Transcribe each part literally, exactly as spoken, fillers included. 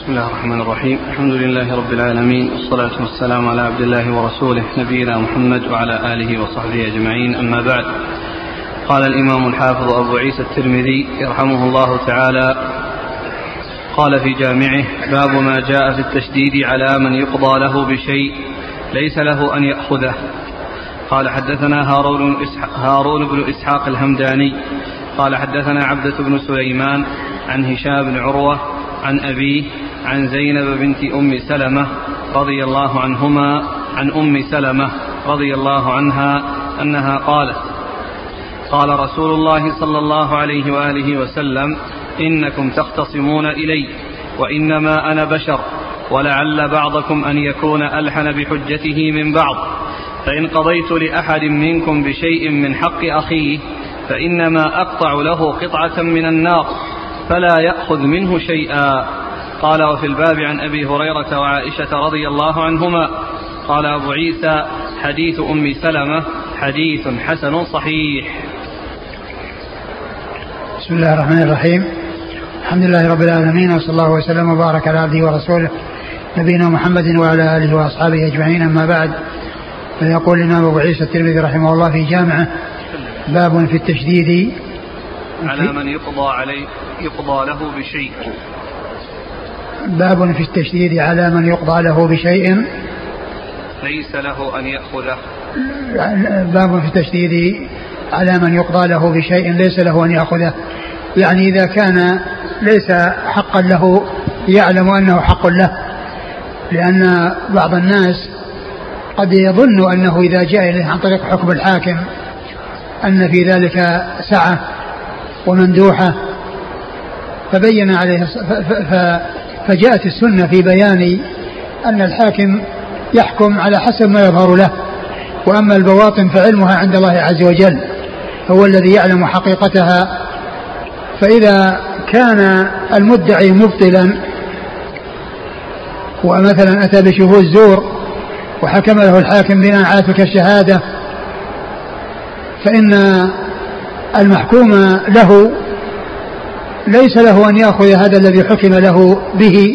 بسم الله الرحمن الرحيم. الحمد لله رب العالمين، والصلاة والسلام على عبد الله ورسوله نبينا محمد وعلى آله وصحبه أجمعين، أما بعد. قال الإمام الحافظ أبو عيسى الترمذي رحمه الله تعالى قال في جامعه: باب ما جاء في التشديد على من يقضى له بشيء ليس له أن يأخذه. قال: حدثنا هارون, هارون بن إسحاق الهمداني قال: حدثنا عبدة بن سليمان عن هشام بن عروة عن أبيه عن زينب بنت أم سلمة رضي الله عنهما عن أم سلمة رضي الله عنها أنها قالت: قال رسول الله صلى الله عليه وآله وسلم: إنكم تختصمون إلي وإنما أنا بشر، ولعل بعضكم أن يكون ألحن بحجته من بعض، فإن قضيت لأحد منكم بشيء من حق أخيه فإنما أقطع له قطعة من النار فلا يأخذ منه شيئا. قال: وفي الباب عن أبي هريرة وعائشة رضي الله عنهما. قال أبو عيسى: حديث أم سلمة حديث حسن صحيح. بسم الله الرحمن الرحيم. الحمد لله رب العالمين، وصلى الله وسلم وبارك على عبده ورسوله نبينا محمد وعلى آله وأصحابه أجمعين، أما بعد. فيقول الإمام أبو عيسى الترمذي رحمه الله في جامعه: باب في التشديد على من يقضى عليه يقضى له بشيء. باب في التشديد على من يقضى له بشيء ليس له أن يأخذه. باب في التشديد على من يقضى له بشيء ليس له أن يأخذه، يعني إذا كان ليس حقا له يعلم أنه حق له، لأن بعض الناس قد يظن أنه إذا جاء إليه عن طريق حكم الحاكم أن في ذلك سعة ومندوحة، فبين عليه فجاءت السنة في بيان أن الحاكم يحكم على حسب ما يظهر له، وأما البواطن فعلمها عند الله عز وجل، هو الذي يعلم حقيقتها. فإذا كان المدعي مبطلا ومثلا أتى بشهود زور وحكم له الحاكم بناء على تلك الشهادة، فإن المحكوم له ليس له أن يأخذ هذا الذي حكم له به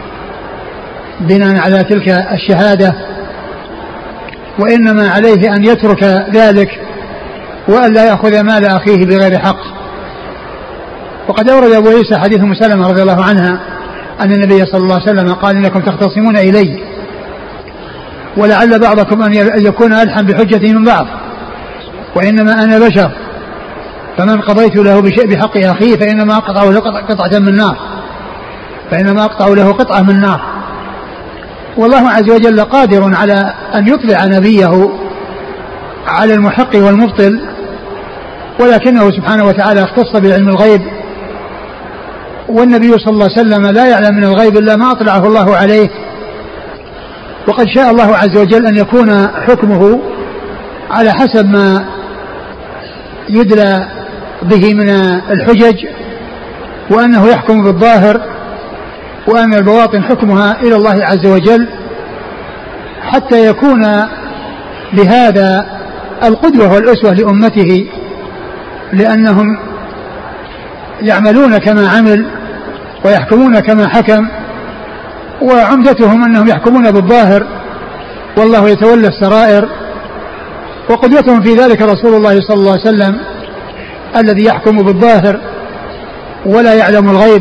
بناء على تلك الشهادة، وإنما عليه أن يترك ذلك وأن لا يأخذ مال أخيه بغير حق. وقد أورد أبو عيسى حديث أم سلمة رضي الله عنها أن النبي صلى الله عليه وسلم قال: إنكم تختصمون إلي ولعل بعضكم أن يكون ألحن بحجته من بعض، وإنما أنا بشر، فمن قضيت له بشيء بحق أخيه فإنما أقطع له قطعة من النار فإنما أقطع له قطعة من النار. والله عز وجل قادر على أن يطلع نبيه على المحق والمبطل، ولكنه سبحانه وتعالى اختص بعلم الغيب، والنبي صلى الله عليه وسلم لا يعلم من الغيب إلا ما أطلعه الله عليه. وقد شاء الله عز وجل أن يكون حكمه على حسب ما يدلى به من الحجج، وأنه يحكم بالظاهر، وأن البواطن حكمها إلى الله عز وجل، حتى يكون بهذا القدوة والأسوة لأمته، لأنهم يعملون كما عمل ويحكمون كما حكم، وعمدتهم أنهم يحكمون بالظاهر والله يتولى السرائر. وقدوتهم في ذلك رسول الله صلى الله عليه وسلم الذي يحكم بالظاهر ولا يعلم الغيب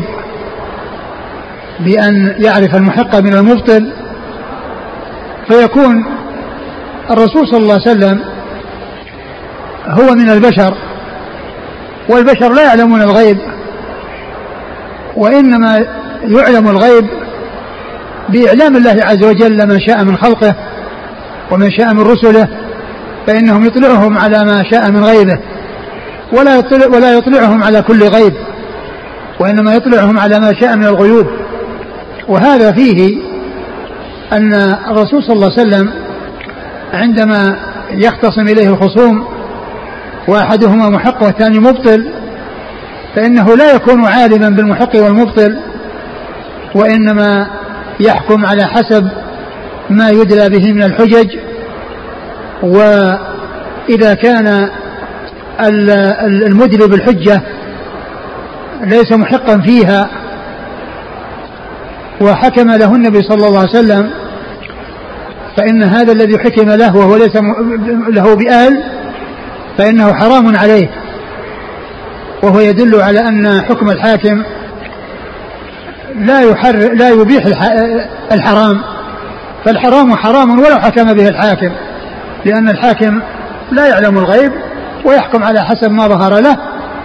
بأن يعرف المحق من المبطل، فيكون الرسول صلى الله عليه وسلم هو من البشر، والبشر لا يعلمون الغيب، وإنما يعلم الغيب بإعلام الله عز وجل من شاء من خلقه ومن شاء من رسله، فإنهم يطلعهم على ما شاء من غيبه، ولا يطلع ولا يطلعهم على كل غيب، وإنما يطلعهم على ما شاء من الغيوب. وهذا فيه أن الرسول صلى الله عليه وسلم عندما يختصم إليه الخصوم وأحدهما محق والثاني مبطل، فإنه لا يكون عالما بالمحق والمبطل، وإنما يحكم على حسب ما يدلى به من الحجج. وإذا كان المدلي بالحجة ليس محقا فيها وحكم له النبي صلى الله عليه وسلم فإن هذا الذي حكم له وهو ليس له بأهل فإنه حرام عليه، وهو يدل على أن حكم الحاكم لا يحر لا يبيح الحرام، فالحرام حرام ولو حكم به الحاكم، لأن الحاكم لا يعلم الغيب ويحكم على حسب ما ظهر له،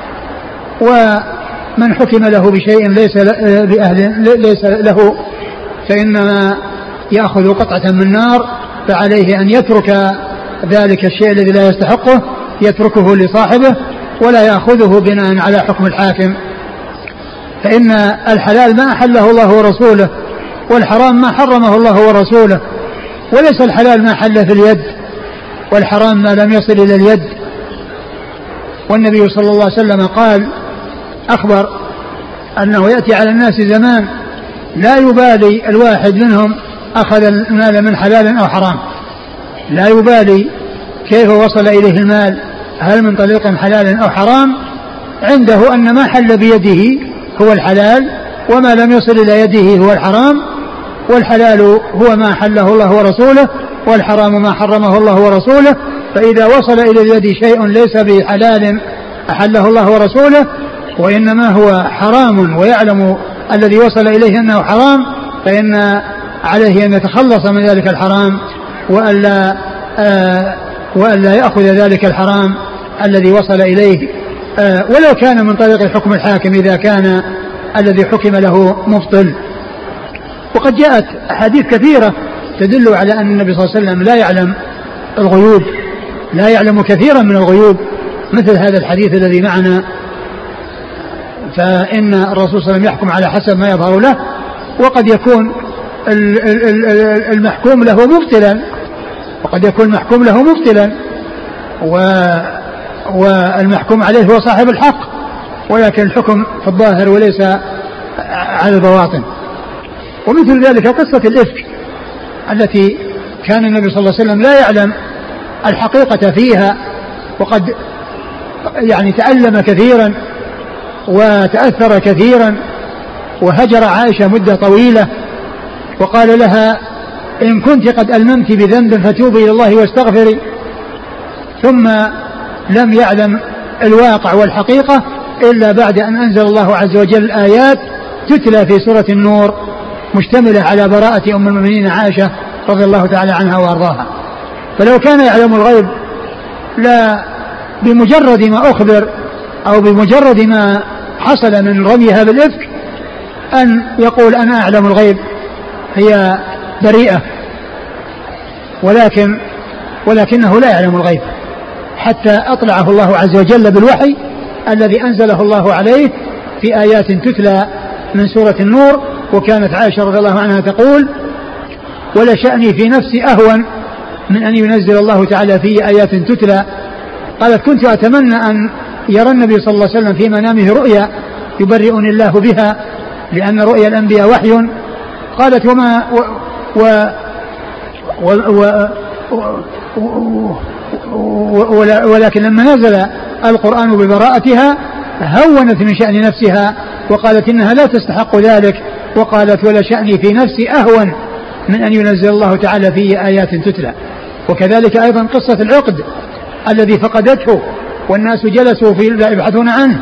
ومن حكم له بشيء ليس بأهل ليس له فإنما يأخذ قطعة من نار، فعليه أن يترك ذلك الشيء الذي لا يستحقه، يتركه لصاحبه ولا يأخذه بناء على حكم الحاكم. فإن الحلال ما أحله الله ورسوله، والحرام ما حرمه الله ورسوله، وليس الحلال ما حل في اليد، والحرام ما لم يصل إلى اليد. والنبي صلى الله عليه وسلم قال أخبر أنه يأتي على الناس زمان لا يبالي الواحد منهم أخذ المال من حلال أو حرام، لا يبالي كيف وصل إليه المال، هل من طريق حلال أو حرام، عنده أن ما حل بيده هو الحلال وما لم يصل إلى يده هو الحرام، والحلال هو ما حله الله ورسوله، والحرام ما حرمه الله ورسوله. فإذا وصل إلى اليد شيء ليس بحلال أحله الله ورسوله وإنما هو حرام ويعلم الذي وصل إليه أنه حرام، فإن عليه أن يتخلص من ذلك الحرام وألا, آه وألا يأخذ ذلك الحرام الذي وصل إليه آه ولو كان من طريق حكم الحاكم إذا كان الذي حكم له مبطل. وقد جاءت أحاديث كثيرة تدل على أن النبي صلى الله عليه وسلم لا يعلم الغيوب، لا يعلم كثيرا من الغيوب، مثل هذا الحديث الذي معنا، فإن الرسول صلى الله عليه وسلم يحكم على حسب ما يظهر له، وقد يكون المحكوم له مبطلا، وقد يكون المحكوم له مبطلا والمحكوم عليه هو صاحب الحق، ولكن الحكم في الظاهر وليس على البواطن. ومثل ذلك قصة الإفك التي كان النبي صلى الله عليه وسلم لا يعلم الحقيقة فيها، وقد يعني تألم كثيرا وتأثر كثيرا، وهجر عائشة مدة طويلة، وقال لها إن كنت قد ألممت بذنب فتوبي إلى الله واستغفري، ثم لم يعلم الواقع والحقيقة إلا بعد أن أنزل الله عز وجل آيات تتلى في سورة النور مشتملة على براءة أم المؤمنين عائشة رضي الله تعالى عنها وأرضاها. فلو كان يعلم الغيب لا بمجرد ما أخبر أو بمجرد ما حصل من رميها بالإفك أن يقول أنا أعلم الغيب هي بريئة، ولكن ولكنه لا يعلم الغيب حتى أطلعه الله عز وجل بالوحي الذي أنزله الله عليه في آيات تتلى من سورة النور. وكانت عائشة رضي الله عنها تقول ولشأني في نفسي أهون من أن ينزل الله تعالى في آيات تتلى. قالت كنت أتمنى أن يرى النبي صلى الله عليه وسلم في منامه رؤيا يبرئني الله بها، لأن رؤيا الأنبياء وحي. قالت وما و و و و ولكن لما نزل القرآن ببراءتها هونت من شأن نفسها وقالت إنها لا تستحق ذلك، وقالت ولا شأني في نفسي أهون من أن ينزل الله تعالى فيه آيات تتلى. وكذلك أيضا قصة العقد الذي فقدته والناس جلسوا في يبحثون عنه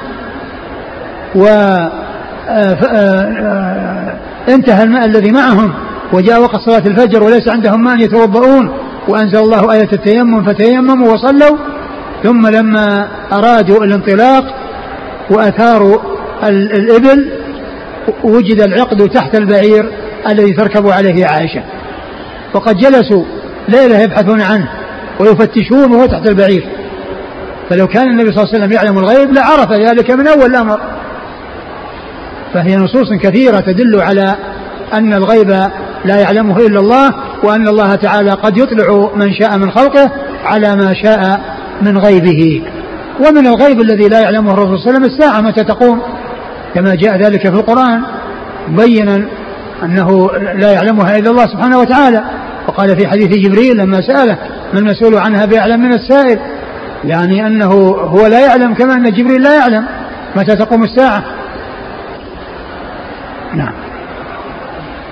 وانتهى الماء الذي معهم وجاء وقت صلاة الفجر وليس عندهم ماء يتوضؤون، وأنزل الله آية التيمم فتيمموا وصلوا. ثم لما أرادوا الانطلاق وأثاروا الإبل وجد العقد تحت البعير الذي تركب عليه عائشة، وقد جلسوا ليلة يبحثون عنه ويفتشون وهو تحت البعير. فلو كان النبي صلى الله عليه وسلم يعلم الغيب لعرف ذلك من أول الأمر. فهي نصوص كثيرة تدل على أن الغيب لا يعلمه إلا الله، وأن الله تعالى قد يطلع من شاء من خلقه على ما شاء من غيبه. ومن الغيب الذي لا يعلمه الرسول صلى الله عليه وسلم الساعة متى تقوم، كما جاء ذلك في القرآن بينا أنه لا يعلمها إلا الله سبحانه وتعالى. وقال في حديث جبريل لما سأله ما المسؤول عنها بأعلم من السائل، يعني أنه هو لا يعلم كما أن جبريل لا يعلم متى تقوم الساعة. نعم.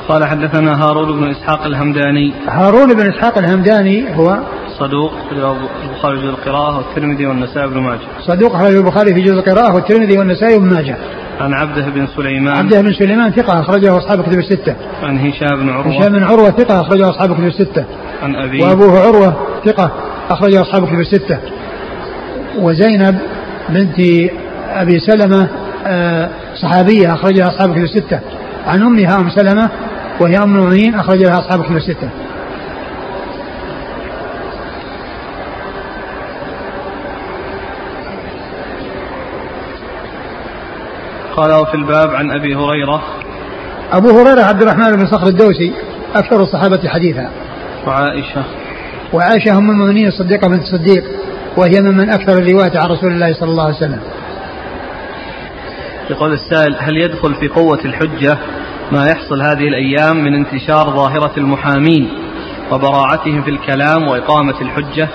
قال حدثنا هارون بن إسحاق الهمداني. هارون بن إسحاق الهمداني هو صدوق البخاري في جزء القراءة والترمذي والنسائي بن ماجه. صدوق أخرجه البخاري في جزء القراءة والترمذي والنسائي بن ماجه. عن عبده بن سليمان. عبده بن سليمان ثقة أخرجه أصحاب كتب الستة. عن هشام بن عروة. هشام بن عروة ثقة أخرجه أصحاب كتب الستة. عن أبيه. وأبوه عروة ثقة أخرجه أصحاب كتب الستة. وزينب بنت أبي سلمة صحابية أخرجها أصحاب كتب الستة. عن أمها أم سلمة وهي أم المؤمنين أخرجها أصحاب كتب الستة. قال في الباب عن أبي هريرة. أبو هريرة عبد الرحمن بن صخر الدوسي أكثر الصحابة حديثا. وعائشة. وعائشة أم المؤمنين الصديقة بنت الصديق وهي ممن أكثر الرواية عن رسول الله صلى الله عليه وسلم. يقول السائل: هل يدخل في قوة الحجة ما يحصل هذه الأيام من انتشار ظاهرة المحامين وبراعتهم في الكلام وإقامة الحجة؟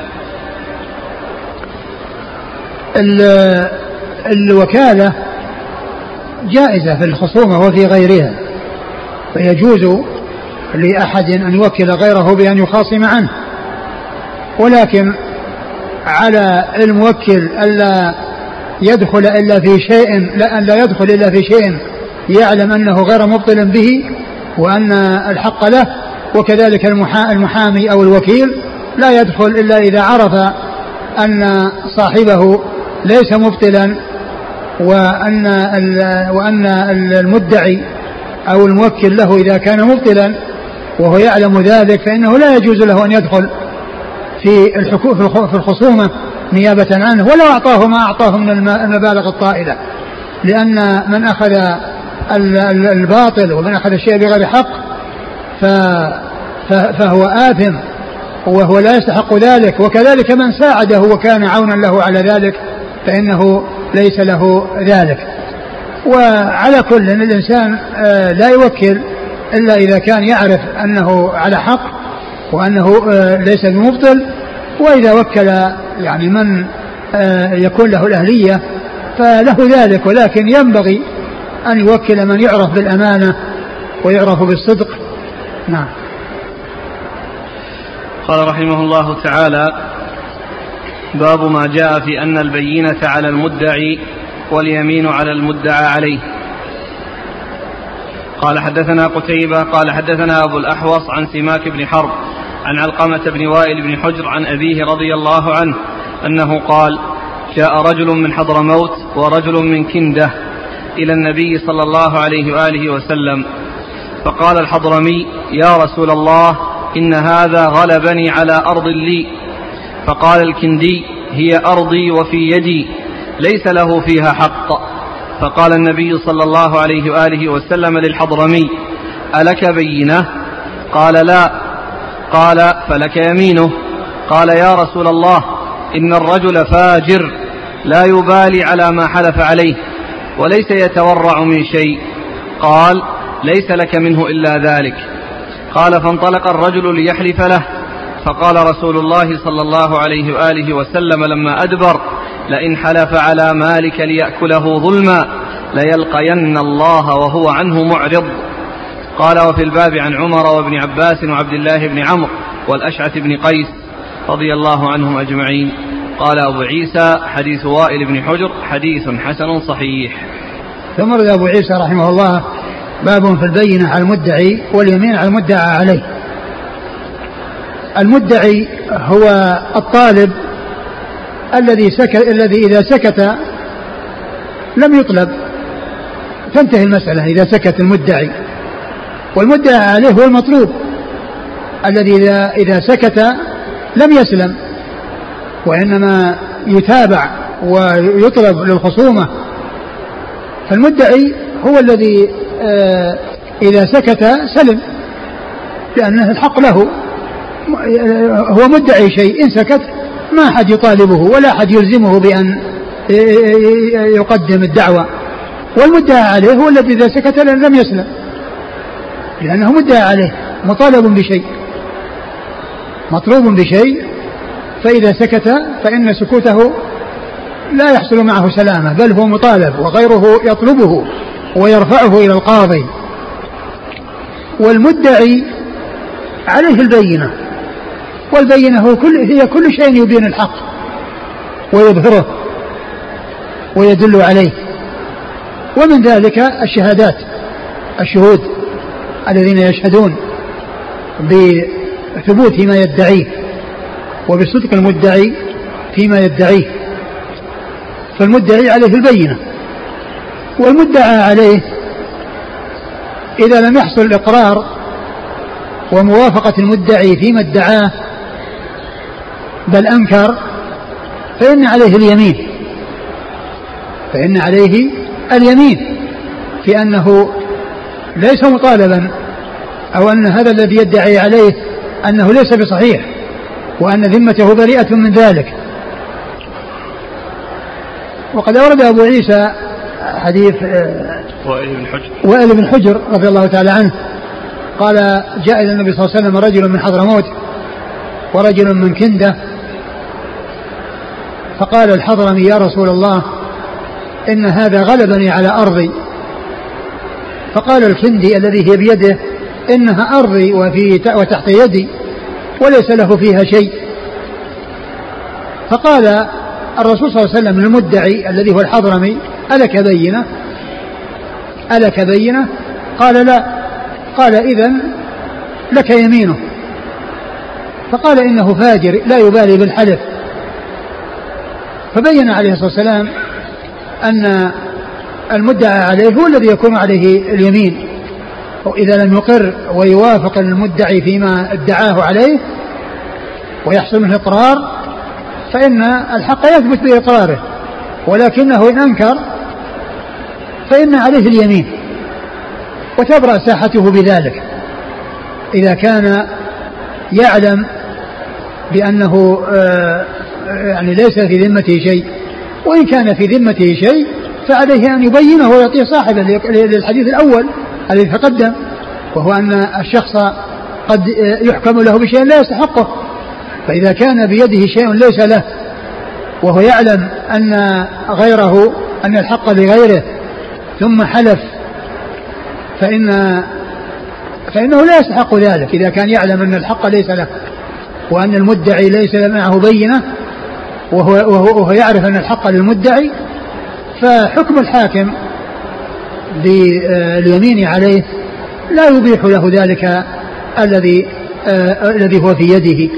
الوكالة جائزة في الخصومة وفي غيرها، فيجوز لأحد أن يوكل غيره بأن يخاصم عنه، ولكن على الموكل ألا يدخل إلا في شيء لا, لا يدخل إلا في شيء يعلم أنه غير مبطل به وأن الحق له، وكذلك المحامي أو الوكيل لا يدخل إلا إذا عرف أن صاحبه ليس مبطلا وأن وأن المدعي أو الموكل له إذا كان مبطلا وهو يعلم ذلك فإنه لا يجوز له أن يدخل في في الخصومة نيابة عنه ولو أعطاه ما أعطاه من المبالغ الطائلة، لأن من أخذ الباطل ومن أخذ الشيء بغير حق فهو آثم وهو لا يستحق ذلك، وكذلك من ساعده وكان عونا له على ذلك فإنه ليس له ذلك. وعلى كل أن الإنسان لا يوكل إلا إذا كان يعرف أنه على حق وأنه ليس بمبطل، وإذا وكل يعني من يكون له الأهلية فله ذلك، ولكن ينبغي أن يوكل من يعرف بالأمانة ويعرف بالصدق. نعم. قال رحمه الله تعالى: باب ما جاء في أن البينة على المدعي واليمين على المدعى عليه. قال حدثنا قتيبة قال حدثنا أبو الأحوص عن سماك بن حرب عن علقمة بن وائل بن حجر عن أبيه رضي الله عنه أنه قال: جاء رجل من حضرموت ورجل من كندة إلى النبي صلى الله عليه وآله وسلم، فقال الحضرمي: يا رسول الله، إن هذا غلبني على أرض لي. فقال الكندي: هي أرضي وفي يدي، ليس له فيها حق. فقال النبي صلى الله عليه وآله وسلم للحضرمي: ألك بينة؟ قال: لا. قال: فلك يمينه. قال: يا رسول الله، إن الرجل فاجر لا يبالي على ما حلف عليه وليس يتورع من شيء. قال: ليس لك منه إلا ذلك. قال: فانطلق الرجل ليحلف له، فقال رسول الله صلى الله عليه وآله وسلم لما أدبر: لئن حلف على مالك ليأكله ظلما ليلقين الله وهو عنه معرض. قال: وفي الباب عن عمر وابن عباس وعبد الله بن عمرو والأشعث بن قيس رضي الله عنهم أجمعين. قال أبو عيسى: حديث وائل بن حجر حديث حسن صحيح. ثم رد أبو عيسى رحمه الله: باب في البينة على المدعي واليمين على المدعى عليه. المدعي هو الطالب الذي سكت الذي إذا سكت لم يطلب، تنتهي المسألة إذا سكت المدعي، والمدعى عليه هو المطلوب الذي إذا, إذا سكت لم يسلم وإنما يتابع ويطلب للخصومة. فالمدعي هو الذي إذا سكت سلم لأنه الحق له، هو مدعي شيء، إن سكت ما أحد يطالبه ولا أحد يلزمه بأن يقدم الدعوة. والمدعى عليه هو الذي إذا سكت لم يسلم لأنه مدعى عليه مطالب بشيء مطلوب بشيء، فإذا سكت فإن سكوته لا يحصل معه سلامة، بل هو مطالب وغيره يطلبه ويرفعه إلى القاضي. والمدعي عليه البينة، والبينة هو كل هي كل شيء يبين الحق ويظهره ويدل عليه، ومن ذلك الشهادات، الشهود الذين يشهدون بثبوت ما يدعيه وبصدق المدعي فيما يدعيه، فالمدعي عليه البينة. والمدعى عليه إذا لم يحصل الإقرار وموافقة المدعي فيما ادعاه بل أنكر فإن عليه اليمين، فإن عليه اليمين في أنه ليس مطالبا، أو أن هذا الذي يدعي عليه أنه ليس بصحيح وأن ذمته بريئة من ذلك. وقد أورد أبو عيسى حديث وائل بن حجر وائل بن حجر رضي الله تعالى عنه قال جاء إلى النبي صلى الله عليه وسلم رجل من حضرموت ورجل من كندة، فقال الحضرمي يا رسول الله إن هذا غلبني على أرضي، فقال الكندي الذي هي بيده إنها أرضي وفي وتحت يدي وليس له فيها شيء. فقال الرسول صلى الله عليه وسلم للمدعي الذي هو الحضرمي ألك بينة؟ ألك بينة؟ قال لا. قال إذن لك يمينه. فقال إنه فاجر لا يبالي بالحلف. فبين عليه الصلاة والسلام أن المدعى عليه هو الذي يكون عليه اليمين، وإذا لم يقر ويوافق المدعي فيما ادعاه عليه ويحصل منه إقرار فإن الحق يثبت بإقراره، ولكنه إن أنكر فإن عليه اليمين وتبرأ ساحته بذلك إذا كان يعلم بأنه يعني ليس في ذمته شيء. وإن كان في ذمته شيء فعليه أن يبينه ويعطيه صاحبه للحديث الأول الذي تقدم، وهو أن الشخص قد يحكم له بشيء لا يستحقه، فإذا كان بيده شيء ليس له وهو يعلم أن غيره أن الحق لغيره ثم حلف فإن فإنه لا يستحق ذلك إذا كان يعلم أن الحق ليس له وأن المدعي ليس معه بينة وهو, وهو, وهو يعرف أن الحق للمدعي، فحكم الحاكم باليمين عليه لا يبيح له ذلك الذي آه الذي هو في يده.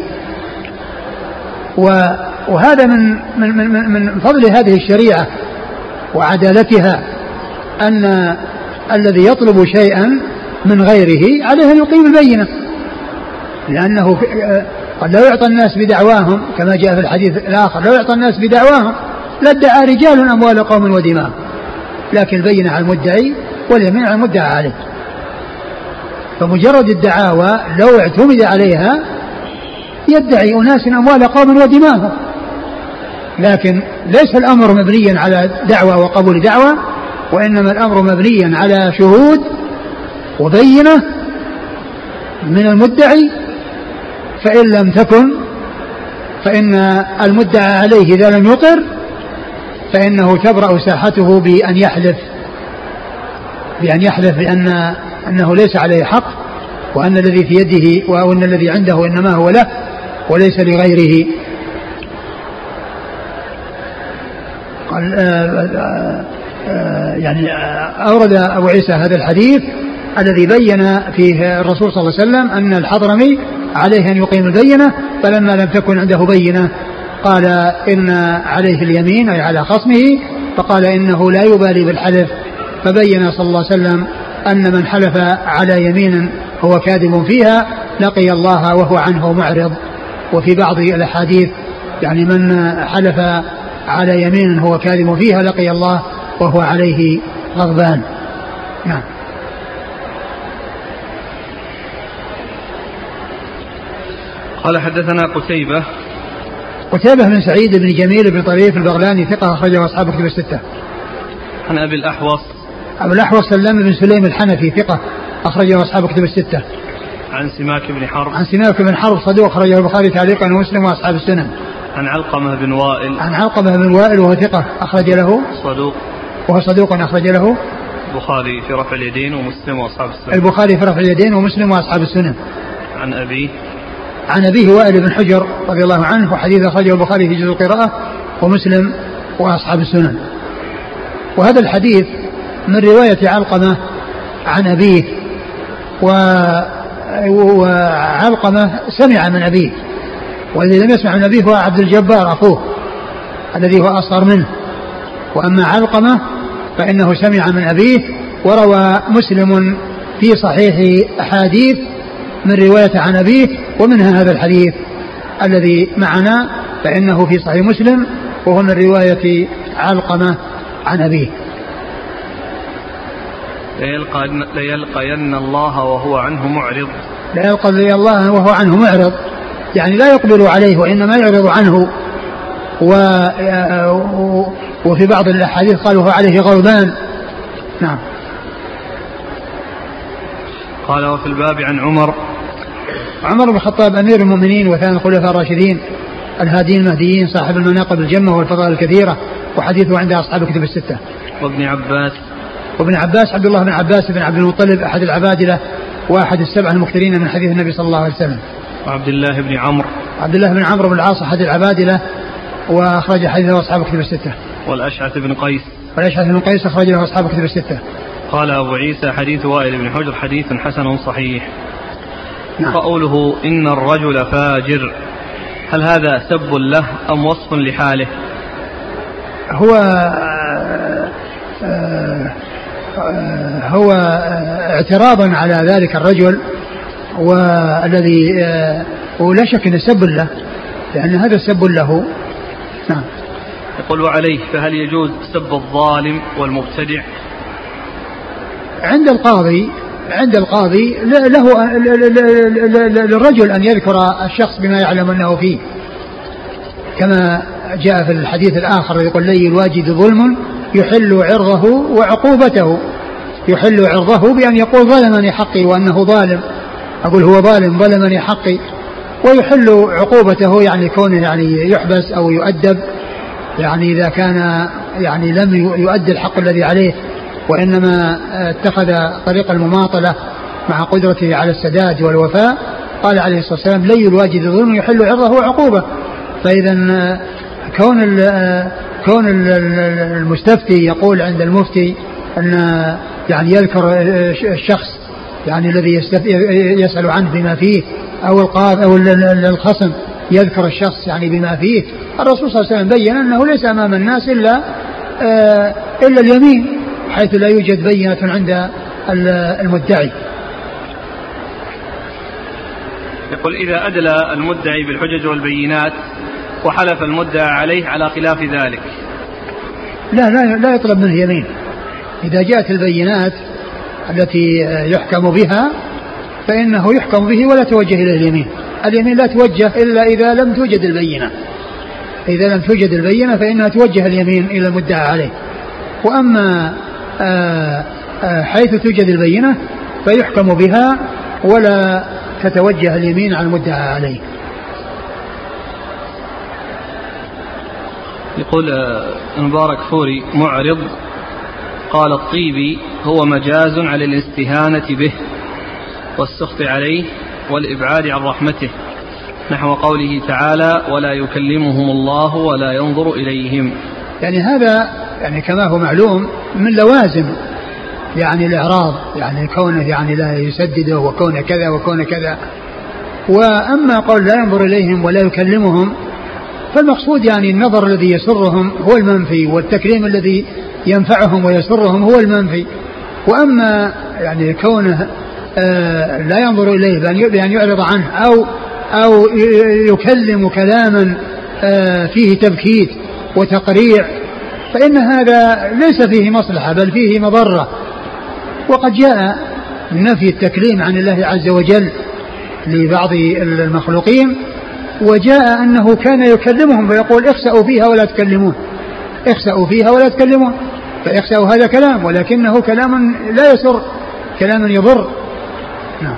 وهذا من من من من فضل هذه الشريعة وعدالتها أن الذي يطلب شيئا من غيره عليه أن يقيم البينة، لأنه قد لا يعطى الناس بدعواهم كما جاء في الحديث الآخر، لا يعطى الناس بدعواهم لادعى رجال أموال قوم ودماء، لكن البينة على المدعي واليمين على المدعى عليه. فمجرد الدعاوى لو اعتمد عليها يدعي أناس أموال قوم ودماءهم، لكن ليس الأمر مبنيا على دعوة وقبول دعوة، وإنما الأمر مبنيا على شهود وبينة من المدعي، فإن لم تكن فإن المدعى عليه إذا لم يقر فإنه تبرأ ساحته بأن يحلف بأن يحلف بأن أنه ليس عليه حق، وأن الذي في يده وأن الذي عنده إنما هو له وليس لغيره. قال آآ آآ يعني أورد أبو عيسى هذا الحديث الذي بين فيه الرسول صلى الله عليه وسلم أن الحضرمي عليه أن يقيم البينة، فلما لم تكن عنده بينة قال إن عليه اليمين أي على خصمه، فقال إنه لا يبالي بالحلف، فبين صلى الله عليه وسلم أن من حلف على يمين هو كاذب فيها لقي الله وهو عنه معرض. وفي بعض الأحاديث يعني من حلف على يمين هو كاذب فيها لقي الله وهو عليه غضبان. نعم. قال حدثنا قتيبة قتيبة بن سعيد بن جميل بن طريف البغلاني ثقة أخرجه أصحاب كتب الستة. عن أبي الأحوص أبو الأحوص سلام بن سليم الحنفي ثقة أخرجه أصحاب كتب الستة. عن سماك بن حرب عن سماك بن حرب صدوق أخرجه البخاري تعليقا ومسلم وأصحاب السنن. عن علقمة بن وائل عن علقمة بن وائل وهو ثقة أخرج له صدوق وهو صدوق أخرج له البخاري في رفع اليدين ومسلم وأصحاب السنن. البخاري في رفع اليدين ومسلم وأصحاب السنن. عن أبيه عن أبيه وائل بن حجر رضي الله عنه، وحديث أخرجه البخاري في جزء القراءة ومسلم وأصحاب السنن. وهذا الحديث من رواية علقمة عن أبيه، وعلقمة سمع من أبيه، والذي لم يسمع من أبيه هو عبد الجبار أخوه الذي هو أصغر منه. وأما علقمة فإنه سمع من أبيه، وروى مسلم في صحيح أحاديث من رواية عن أبيه، ومنها هذا الحديث الذي معنا فإنه في صحيح مسلم وهو من رواية علقمة عن أبيه. ليلقين الله وهو عنه معرض. ليلقين الله وهو عنه معرض، يعني لا يقبل عليه وإنما يعرض عنه. وفي بعض الأحاديث قالوا هو عليه غضبان. نعم. قال وفي الباب عن عمر. عمر بن الخطاب أمير المؤمنين وثاني الخلفاء الراشدين الهاديين المهديين صاحب المناقب الجمة والفضائل الكثيرة، وحديثه عند أصحاب الكتب الستة. وابن عباس. وابن عباس عبد الله بن عباس بن عبد المطلب أحد العبادلة وأحد السبع المكثرين من حديث النبي صلى الله عليه وسلم. وعبد الله بن عمرو. عبد الله بن عمرو بن العاص أحد العبادلة وأخرج حديثه أصحاب الكتب الستة. والأشعث بن قيس. والأشعث بن قيس أخرج له أصحاب الكتب الستة. قال أبو عيسى حديث وائل بن حجر حديث حسن صحيح. نعم. قوله إن الرجل فاجر، هل هذا سب له أم وصف لحاله؟ هو هو اعتراضا على ذلك الرجل، والذي ولا شك أنه سب له، لأن هذا سب له. نعم. يقول وعليه فهل يجوز سب الظالم والمبتدع؟ عند القاضي عند القاضي له للرجل أن يذكر الشخص بما يعلم أنه فيه، كما جاء في الحديث الآخر يقول لي الواجد ظلم يحل عرضه وعقوبته، يحل عرضه بأن يقول ظلمني حقي وأنه ظالم، أقول هو ظالم ظلمني حقي، ويحل عقوبته يعني كونه يعني يحبس أو يؤدب، يعني إذا كان يعني لم يؤدي الحق الذي عليه وإنما اتخذ طريق المماطلة مع قدرته على السداد والوفاء. قال عليه الصلاة والسلام لي الواجد ظلم يحل عرضه وعقوبة. فإذا كون كون المستفتي يقول عند المفتي أن يعني يذكر الشخص يعني الذي يسأل عنه بما فيه، أو القاضي أو الخصم يذكر الشخص يعني بما فيه، الرسول صلى الله عليه وسلم بين أنه ليس أمام الناس إلا إلا اليمين، حيث لا يوجد بينة عند المدعي. يقول إذا أدلى المدعي بالحجج والبينات وحلف المدعى عليه على خلاف ذلك، لا لا لا يطلب منه يمين. إذا جاءت البينات التي يحكم بها فإنه يحكم به ولا توجه إلى اليمين. اليمين لا توجه إلا إذا لم توجد البينة، إذا لم توجد البينة فإنها توجه اليمين إلى المدعى عليه. وأما آآ آآ حيث توجد البينة فيحكم بها ولا تتوجه اليمين على المدعى عليه. يقول المبارك فوري معرض، قال الطيبي هو مجاز على الاستهانة به والسخط عليه والإبعاد عن رحمته، نحو قوله تعالى ولا يكلمهم الله ولا ينظر إليهم. يعني هذا يعني كما هو معلوم من لوازم يعني الإعراض، يعني كونه يعني لا يسدده وكونه كذا وكونه كذا. وأما قول لا ينظر إليهم ولا يكلمهم فالمقصود يعني النظر الذي يسرهم هو المنفي، والتكريم الذي ينفعهم ويسرهم هو المنفي. وأما يعني كونه آه لا ينظر إليه بأن يعرض عنه أو أو يكلم كلاما آه فيه تبكيت وتقريع فإن هذا ليس فيه مصلحة بل فيه مضرة. وقد جاء نفي التكليم عن الله عز وجل لبعض المخلوقين، وجاء أنه كان يكلمهم فيقول اخسأوا فيها ولا تكلمون، اخسأوا فيها ولا تكلمون. فاخسأوا هذا كلام ولكنه كلام لا يسر، كلام يضر. نعم.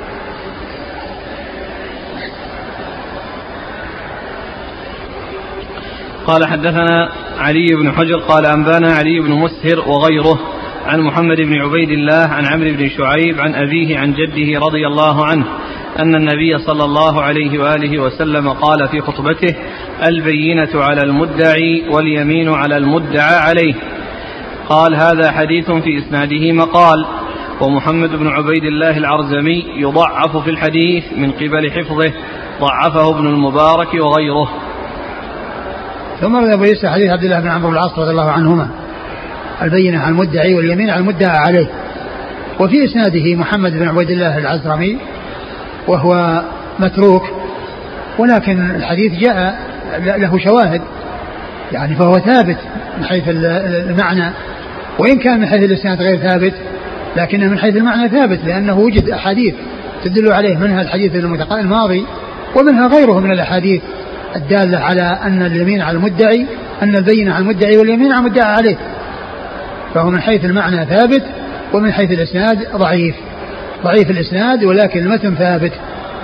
قال حدثنا علي بن حجر قال أنبانا علي بن مسهر وغيره عن محمد بن عبيد الله عن عمرو بن شعيب عن أبيه عن جده رضي الله عنه أن النبي صلى الله عليه وآله وسلم قال في خطبته: البينة على المدعي واليمين على المدعى عليه. قال: هذا حديث في إسناده مقال، ومحمد بن عبيد الله العرزمي يضعف في الحديث من قبل حفظه، ضعفه ابن المبارك وغيره. ثم روى أبو عيسى حديث عبد الله بن عمرو بن العاص رضي الله عنهما: البينة على المدعي واليمين على المدعى عليه. وفي إسناده محمد بن عبيد الله العزرمي وهو متروك، ولكن الحديث جاء له شواهد، يعني فهو ثابت من حيث المعنى، وإن كان من حيث الإسناد غير ثابت لكنه من حيث المعنى ثابت، لأنه وجد أحاديث تدل عليه، منها الحديث الماضي ومنها غيره من الأحاديث الدالة على أن اليمين على المدعي، أن البينة على المدعي واليمين على المدعى عليه، فهو من حيث المعنى ثابت، ومن حيث الإسناد ضعيف ضعيف الإسناد ولكن المتن ثابت.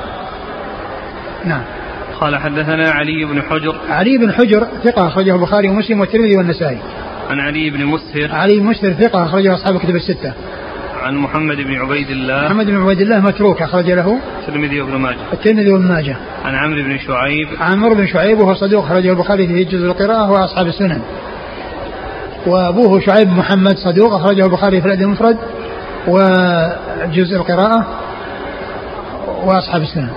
نعم. قال: حدثنا علي بن حجر. علي بن حجر ثقة أخرجه البخاري ومسلم والترمذي والنسائي. عن علي بن مسهر. علي بن مسهر ثقة أخرجه أصحاب الكتب الستة. عن محمد بن عبيد الله. محمد بن عبيد الله متروك أخرج له الترمذي وابن ماجه. الترمذي وابن ماجه. عن عمرو بن شعيب. عمرو بن شعيب وهو صدوق أخرجه البخاري في جزء القراءة وأصحاب السنن. وأبوه شعيب محمد صدوق أخرجه البخاري في الأدب المفرد وجزء القراءة وأصحاب السنن.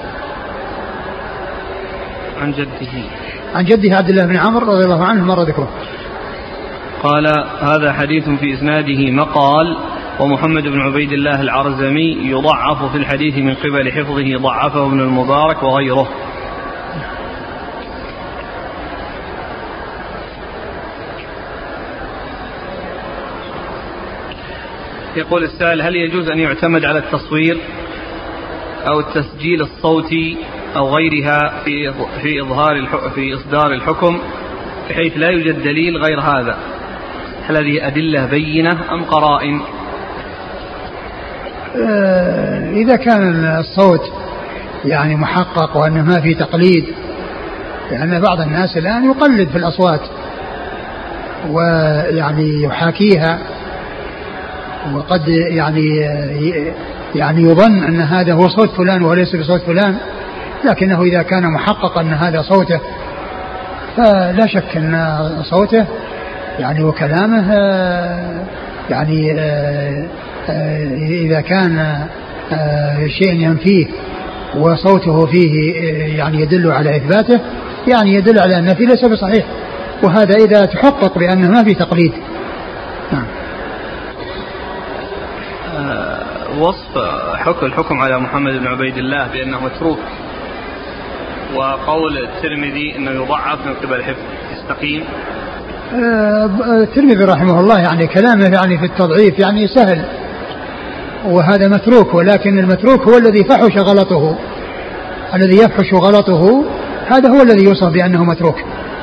عن جده. عن جده عبد الله بن عمرو رضي الله عنه مر ذكره. قال: هذا حديث في إسناده مقال، ومحمد بن عبيد الله العرزمي يضعف في الحديث من قبل حفظه، ضعفه ابن المبارك وغيره. يقول السائل: هل يجوز أن يعتمد على التصوير أو التسجيل الصوتي أو غيرها في في إظهار في إصدار الحكم بحيث لا يوجد دليل غير هذا؟ هل هذه أدلة بينة أم قرائن؟ إذا كان الصوت يعني محقق وأنه ما في تقليد، لأن بعض الناس الآن يقلد في الأصوات ويعني يحاكيها، وقد يعني يعني يظن أن هذا هو صوت فلان وليس بصوت فلان، لكنه إذا كان محقق أن هذا صوته فلا شك أن صوته يعني وكلامه يعني إذا كان شيء ينفيه وصوته فيه يعني يدل على إثباته، يعني يدل على أن فيه ليس بصحيح، وهذا إذا تحقق بأنه ما في تقليد. نعم. وصف حكم الحكم على محمد بن عبيد الله بأنه متروك، وقول الترمذي أنه يضعف من قبل حفظ، يستقيم؟ الترمذي رحمه الله يعني كلامه يعني في التضعيف يعني سهل، وهذا متروك، ولكن المتروك هو الذي فحش غلطه، الذي يفحش غلطه هذا هو الذي يوصف بأنه متروك.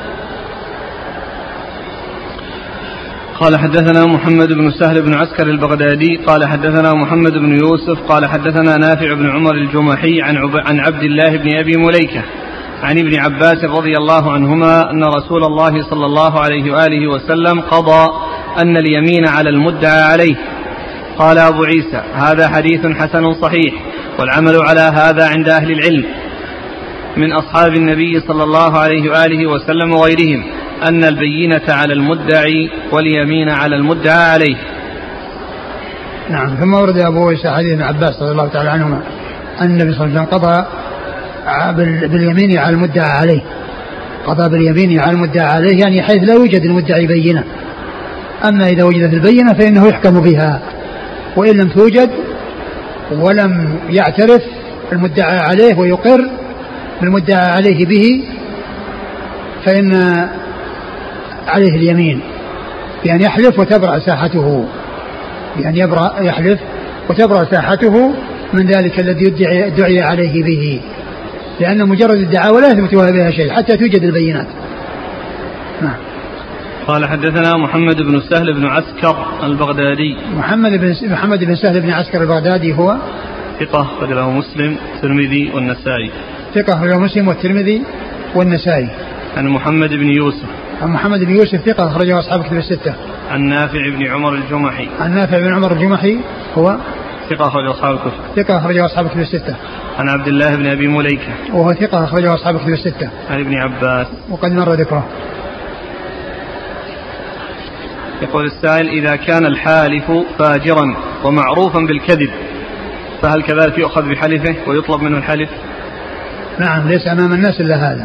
قال: حدثنا محمد بن سهل بن عسكر البغدادي قال حدثنا محمد بن يوسف قال حدثنا نافع بن عمر الجمحي عن عن عبد الله بن أبي مليكة عن ابن عباس رضي الله عنهما أن رسول الله صلى الله عليه وآله وسلم قضى أن اليمين على المدعى عليه. قال أبو عيسى: هذا حديث حسن صحيح، والعمل على هذا عند أهل العلم من أصحاب النبي صلى الله عليه وآله وسلم وغيرهم، أن البينة على المدعي واليمين على المدعى عليه. نعم. ثم ورد أبو عيسى حديث ابن عباس رضي الله تعالى عنهما أن النبي صلى الله عليه وسلم قضى باليمين على المدعى عليه، قضى باليمين على المدعى عليه يعني حيث لا يوجد المدعي بينة، أما إذا وجدت البينة فإنه يحكم بها، وإن لم توجد ولم يعترف المدعى عليه ويقر بالمدعى عليه به فإن عليه اليمين بأن يحلف وتبرأ ساحته، بأن يبرأ يحلف وتبرأ ساحته من ذلك الذي يدعي, يدعي عليه به، لأن مجرد الدعاوى لا يثبت بها شيء حتى توجد البينات. نعم. قال: حدثنا محمد بن سهل بن عسكر البغدادي. محمد بن محمد بن سهل بن عسكر البغدادي هو ثقة أخرجه مسلم والترمذي والنسائي. ثقة أخرجه مسلم والترمذي والنسائي. عن محمد بن يوسف. عن محمد بن يوسف ثقة أخرجه أصحاب الكتب الستة. عن نافع بن عمر الجمحي. عن نافع بن عمر الجمحي هو ثقة أخرجه أصحاب الكتب. ثقة أخرجه أصحاب الكتب الستة. عن عبد الله بن أبي مليكة وهو ثقة أخرجه أصحاب الكتب الستة. عن ابن عباس وقد مر ذكره. يقول السائل: إذا كان الحالف فاجرا ومعروفا بالكذب فهل كذلك يؤخذ بحلفه ويطلب منه الحلف؟ نعم، ليس أمام الناس إلا هذا.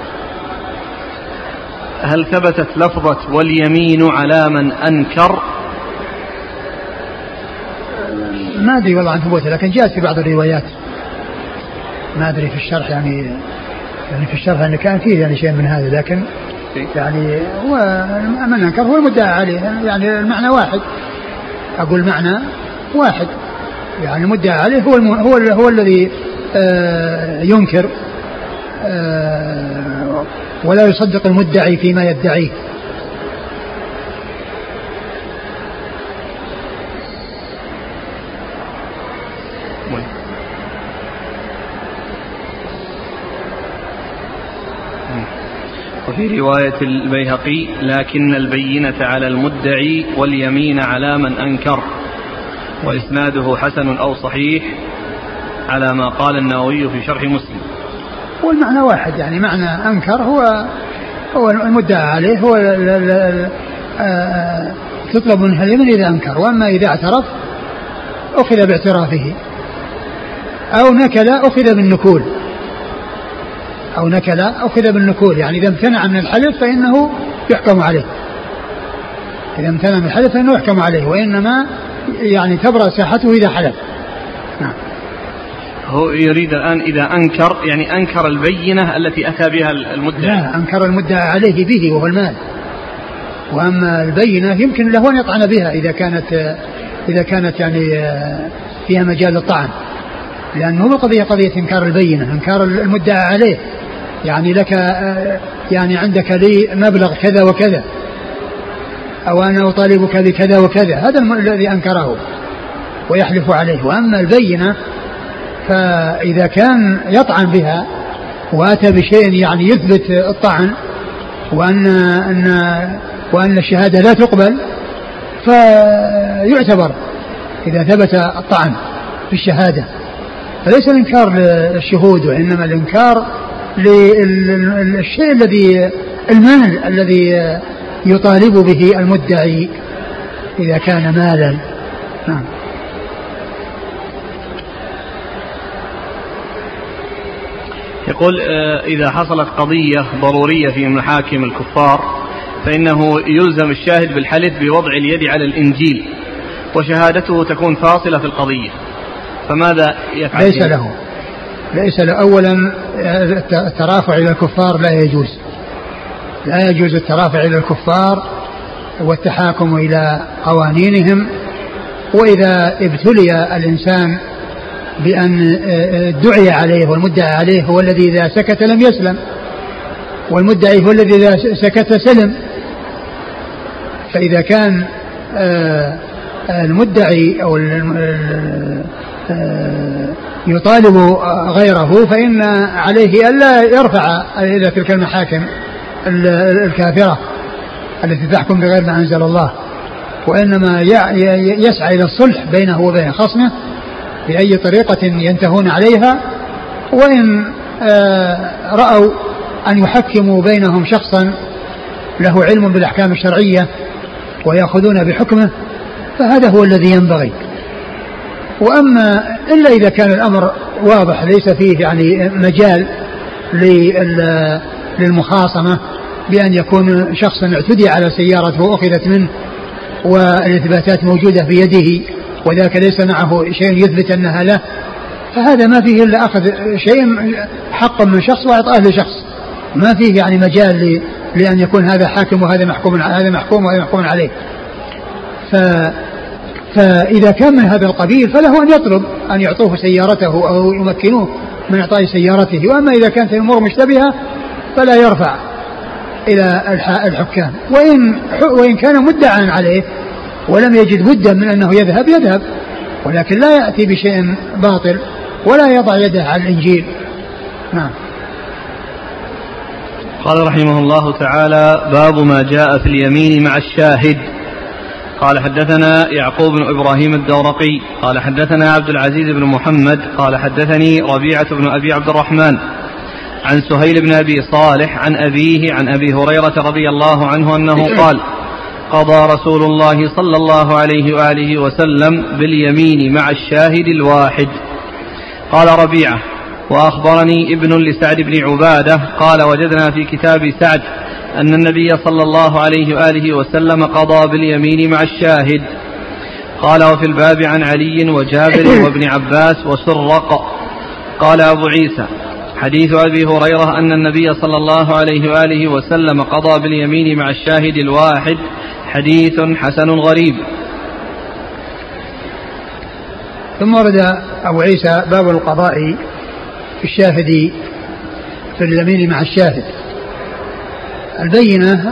هل ثبتت لفظة واليمين على من أنكر؟ ما أدري والله عن ثبوتها، لكن جاءت في بعض الروايات، ما أدري في الشرح يعني يعني في الشرح أن كان فيه يعني شيء من هذا، لكن يعني هو من أنكر هو المدعى عليه، يعني المعنى واحد، أقول معنى واحد، يعني المدعى عليه هو الم... هو ال... هو الذي آه ينكر آه ولا يصدق المدعي فيما يدعيه. وفي رواية البيهقي: لكن البينة على المدعي واليمين على من أنكر، وإسناده حسن أو صحيح على ما قال النووي في شرح مسلم. والمعنى واحد، يعني معنى أنكر هو هو المدعى عليه، هو ال ال ال آه تطلب منه اليمين إذا أنكر، وأما إذا اعترف أخذ باعترافه، أو نكل أخذ بالنكول، أو نكل أخذ بالنكول، يعني إذا امتنع من الحلف فإنه يحكم عليه، إذا امتنع من الحلف فإنه يحكم عليه، وإنما يعني تبرأ ساحته إذا حلف. نعم. هو يريد الآن إذا أنكر، يعني أنكر البينة التي أتى بها المدعي. لا، أنكر المدعى عليه به وهو المال، وأما البينة يمكن له أن يطعن بها إذا كانت إذا كانت يعني فيها مجال للطعن، لأنه هو قضية قضية إنكار البينة، إنكار المدعى عليه، يعني لك يعني عندك لي مبلغ كذا وكذا، أو أنا أطالبك بكذا وكذا، هذا الذي أنكره ويحلف عليه. وأما البينة فإذا كان يطعن بها وأتى بشيء يعني يثبت الطعن وأن أن وأن الشهادة لا تقبل، فيعتبر إذا ثبت الطعن في الشهادة، فليس الإنكار للشهود، وإنما الإنكار للشيء الذي المال الذي يطالب به المدعي إذا كان مالا. نعم. يقول: إذا حصلت قضية ضرورية في محاكم الكفار فإنه يلزم الشاهد بالحلف بوضع اليد على الإنجيل، وشهادته تكون فاصلة في القضية، فماذا يفعل؟ ليس له ليس له أولا الترافع إلى الكفار لا يجوز، لا يجوز الترافع إلى الكفار والتحاكم إلى قوانينهم. وإذا ابتلي الإنسان بأن دعي عليه والمدعي عليه هو الذي إذا سكت لم يسلم، والمدعي هو الذي إذا سكت سلم، فإذا كان المدعي أو يطالب غيره فإن عليه ألا يرفع إلى تلك المحاكم الكافرة التي تحكم بغير ما أنزل الله، وإنما يسعى إلى الصلح بينه وبين خصمه بأي طريقة ينتهون عليها. وإن رأوا أن يحكموا بينهم شخصا له علم بالأحكام الشرعية ويأخذون بحكمه فهذا هو الذي ينبغي. وأما إلا إذا كان الأمر واضح ليس فيه يعني مجال للمخاصمة بأن يكون شخص اعتدي على سيارته وأخذت منه والإثباتات موجودة في يده وذاك ليس معه شيء يثبت أنها له، فهذا ما فيه إلا أخذ شيء حقا من شخص وإعطاه لشخص، ما فيه يعني مجال لأن يكون هذا حاكم وهذا محكوم هذا محكوم وهذا محكوم عليه. ف فإذا كان من هذا القبيل فله أن يطلب أن يعطوه سيارته أو يمكنوه من إعطاء سيارته. وأما إذا كانت الأمور مشتبهة فلا يرفع إلى الحكام. وإن, وإن كان مدعا عليه ولم يجد بدا من أنه يذهب يذهب، ولكن لا يأتي بشيء باطل ولا يضع يده على الإنجيل. نعم. قال رحمه الله تعالى: باب ما جاء في اليمين مع الشاهد. قال حدثنا يعقوب بن إبراهيم الدورقي قال حدثنا عبد العزيز بن محمد قال حدثني ربيعة بن أبي عبد الرحمن عن سهيل بن أبي صالح عن أبيه عن أبي هريرة رضي الله عنه أنه قال قضى رسول الله صلى الله عليه وآله وسلم باليمين مع الشاهد الواحد. قال ربيعة وأخبرني ابن لسعد بن عبادة قال وجدنا في كتاب سعد أن النبي صلى الله عليه وآله وسلم قضى باليمين مع الشاهد. قال وفي الباب عن علي وجابر وابن عباس وسرق. قال أبو عيسى حديث أبي هريرة أن النبي صلى الله عليه وآله وسلم قضى باليمين مع الشاهد الواحد حديث حسن غريب. ثم ورد أبو عيسى باب القضاء في الشاهد في اليمين مع الشاهد. البينة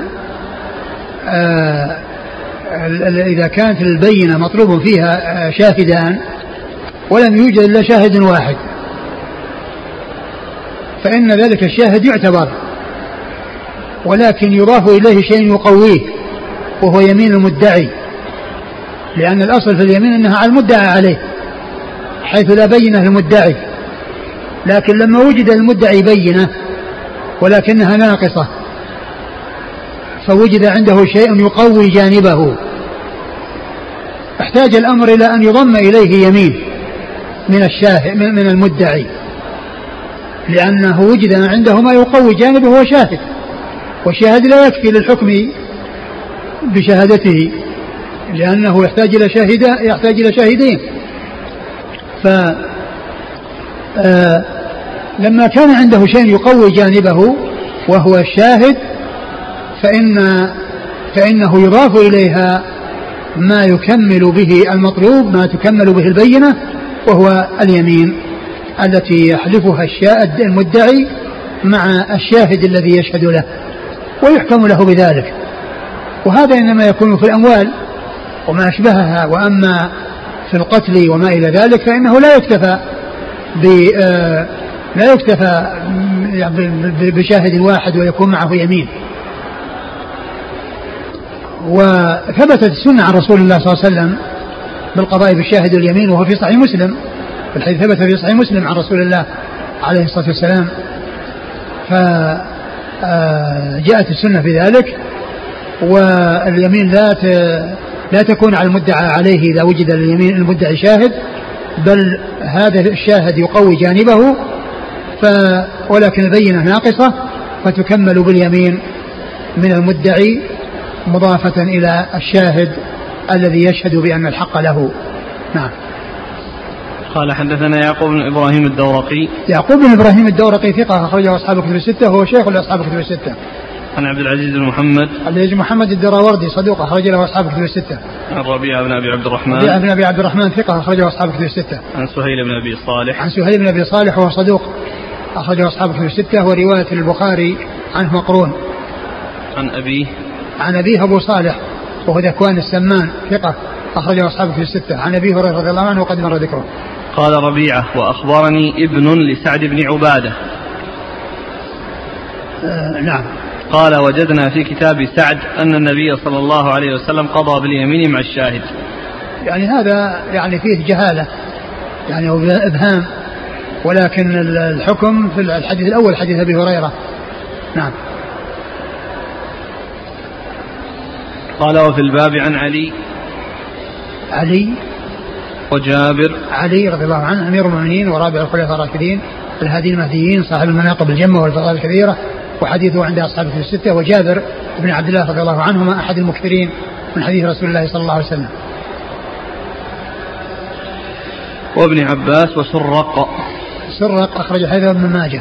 آه إذا كانت البينة مطلوب فيها شاهدان ولم يوجد إلا شاهد واحد فإن ذلك الشاهد يعتبر، ولكن يضاف إليه شيء يقويه وهو يمين المدعي، لأن الأصل في اليمين أنها على المدعى عليه حيث لا بينة المدعي، لكن لما وجد المدعي بينة ولكنها ناقصة فوجد عنده شيء يقوي جانبه احتاج الأمر إلى أن يضم إليه يمين من الشاهد من المدعي، لأنه وجد عنده ما يقوي جانبه هو شاهد، والشاهد لا يكفي للحكم بشهادته لأنه يحتاج إلى شاهد يحتاج إلى شاهدين. ف لما كان عنده شيء يقوي جانبه وهو الشاهد فإن فإنه يضاف إليها ما يكمل به المطلوب، ما تكمل به البينة، وهو اليمين التي يحلفها الشاهد المدعي مع الشاهد الذي يشهد له ويحكم له بذلك. وهذا إنما يكون في الأموال وما أشبهها، وأما في القتل وما إلى ذلك فإنه لا يكتفى لا يكتفى بشاهد واحد ويكون معه يمين. وثبتت السنة عن رسول الله صلى الله عليه وسلم بالقضاء بالشاهد واليمين، وهو في صحيح مسلم، الحديث ثبت في صحيح مسلم عن رسول الله عليه الصلاة والسلام، فجاءت السنة في ذلك. واليمين لا لا تكون على المدعى عليه إذا وجد اليمين المدعي شاهد، بل هذا الشاهد يقوي جانبه ف ولكن البينة ناقصة فتكمل باليمين من المدعي مضافة إلى الشاهد الذي يشهد بأن الحق له. نعم. قال حدثنا يعقوب بن إبراهيم الدورقي. يعقوب بن إبراهيم الدورقي ثقة أخرجه أصحاب الكتب الستة، هو شيخ لأصحاب الكتب الستة. عن عبد العزيز بن محمد. عبد العزيز بن محمد الدراوردي صدوق أخرج له أصحاب الكتب الستة. عن ربيعة بن أبي عبد الرحمن. ربيعة بن أبي عبد الرحمن ثقة أخرجه أصحاب الكتب الستة. عن سهيل بن أبي صالح. عن سهيل بن أبي صالح وهو صدوق أخرجه أصحاب الكتب الستة، ورواية البخاري عنه مقرون. عن أبيه. عن أبيه أبو صالح وهو ذكوان السمان ثقة أخرجه أصحاب الكتب الستة. عن أبي هريرة رضي الله عنه وقد مر ذكره. قال ربيعة وأخبرني ابن لسعد بن عبادة. آه نعم. قال وجدنا في كتاب سعد أن النبي صلى الله عليه وسلم قضى باليمين مع الشاهد. يعني هذا يعني فيه جهالة يعني أو إبهام، ولكن الحكم في الحديث الأول حديث أبي هريرة. نعم. قال وفي الباب عن علي علي وجابر. علي رضي الله عنه أمير المؤمنين ورابع الخلفاء الراشدين الهادي المهديين صاحب المناقب الجمة والفضائل الكبيرة، وحديثه عند أصحاب الكتب الستة. وجابر بن عبد الله رضي الله عنهما أحد المكثرين من حديث رسول الله صلى الله عليه وسلم. وابن عباس وسرق. سرق أخرج حديثه ابن ماجه.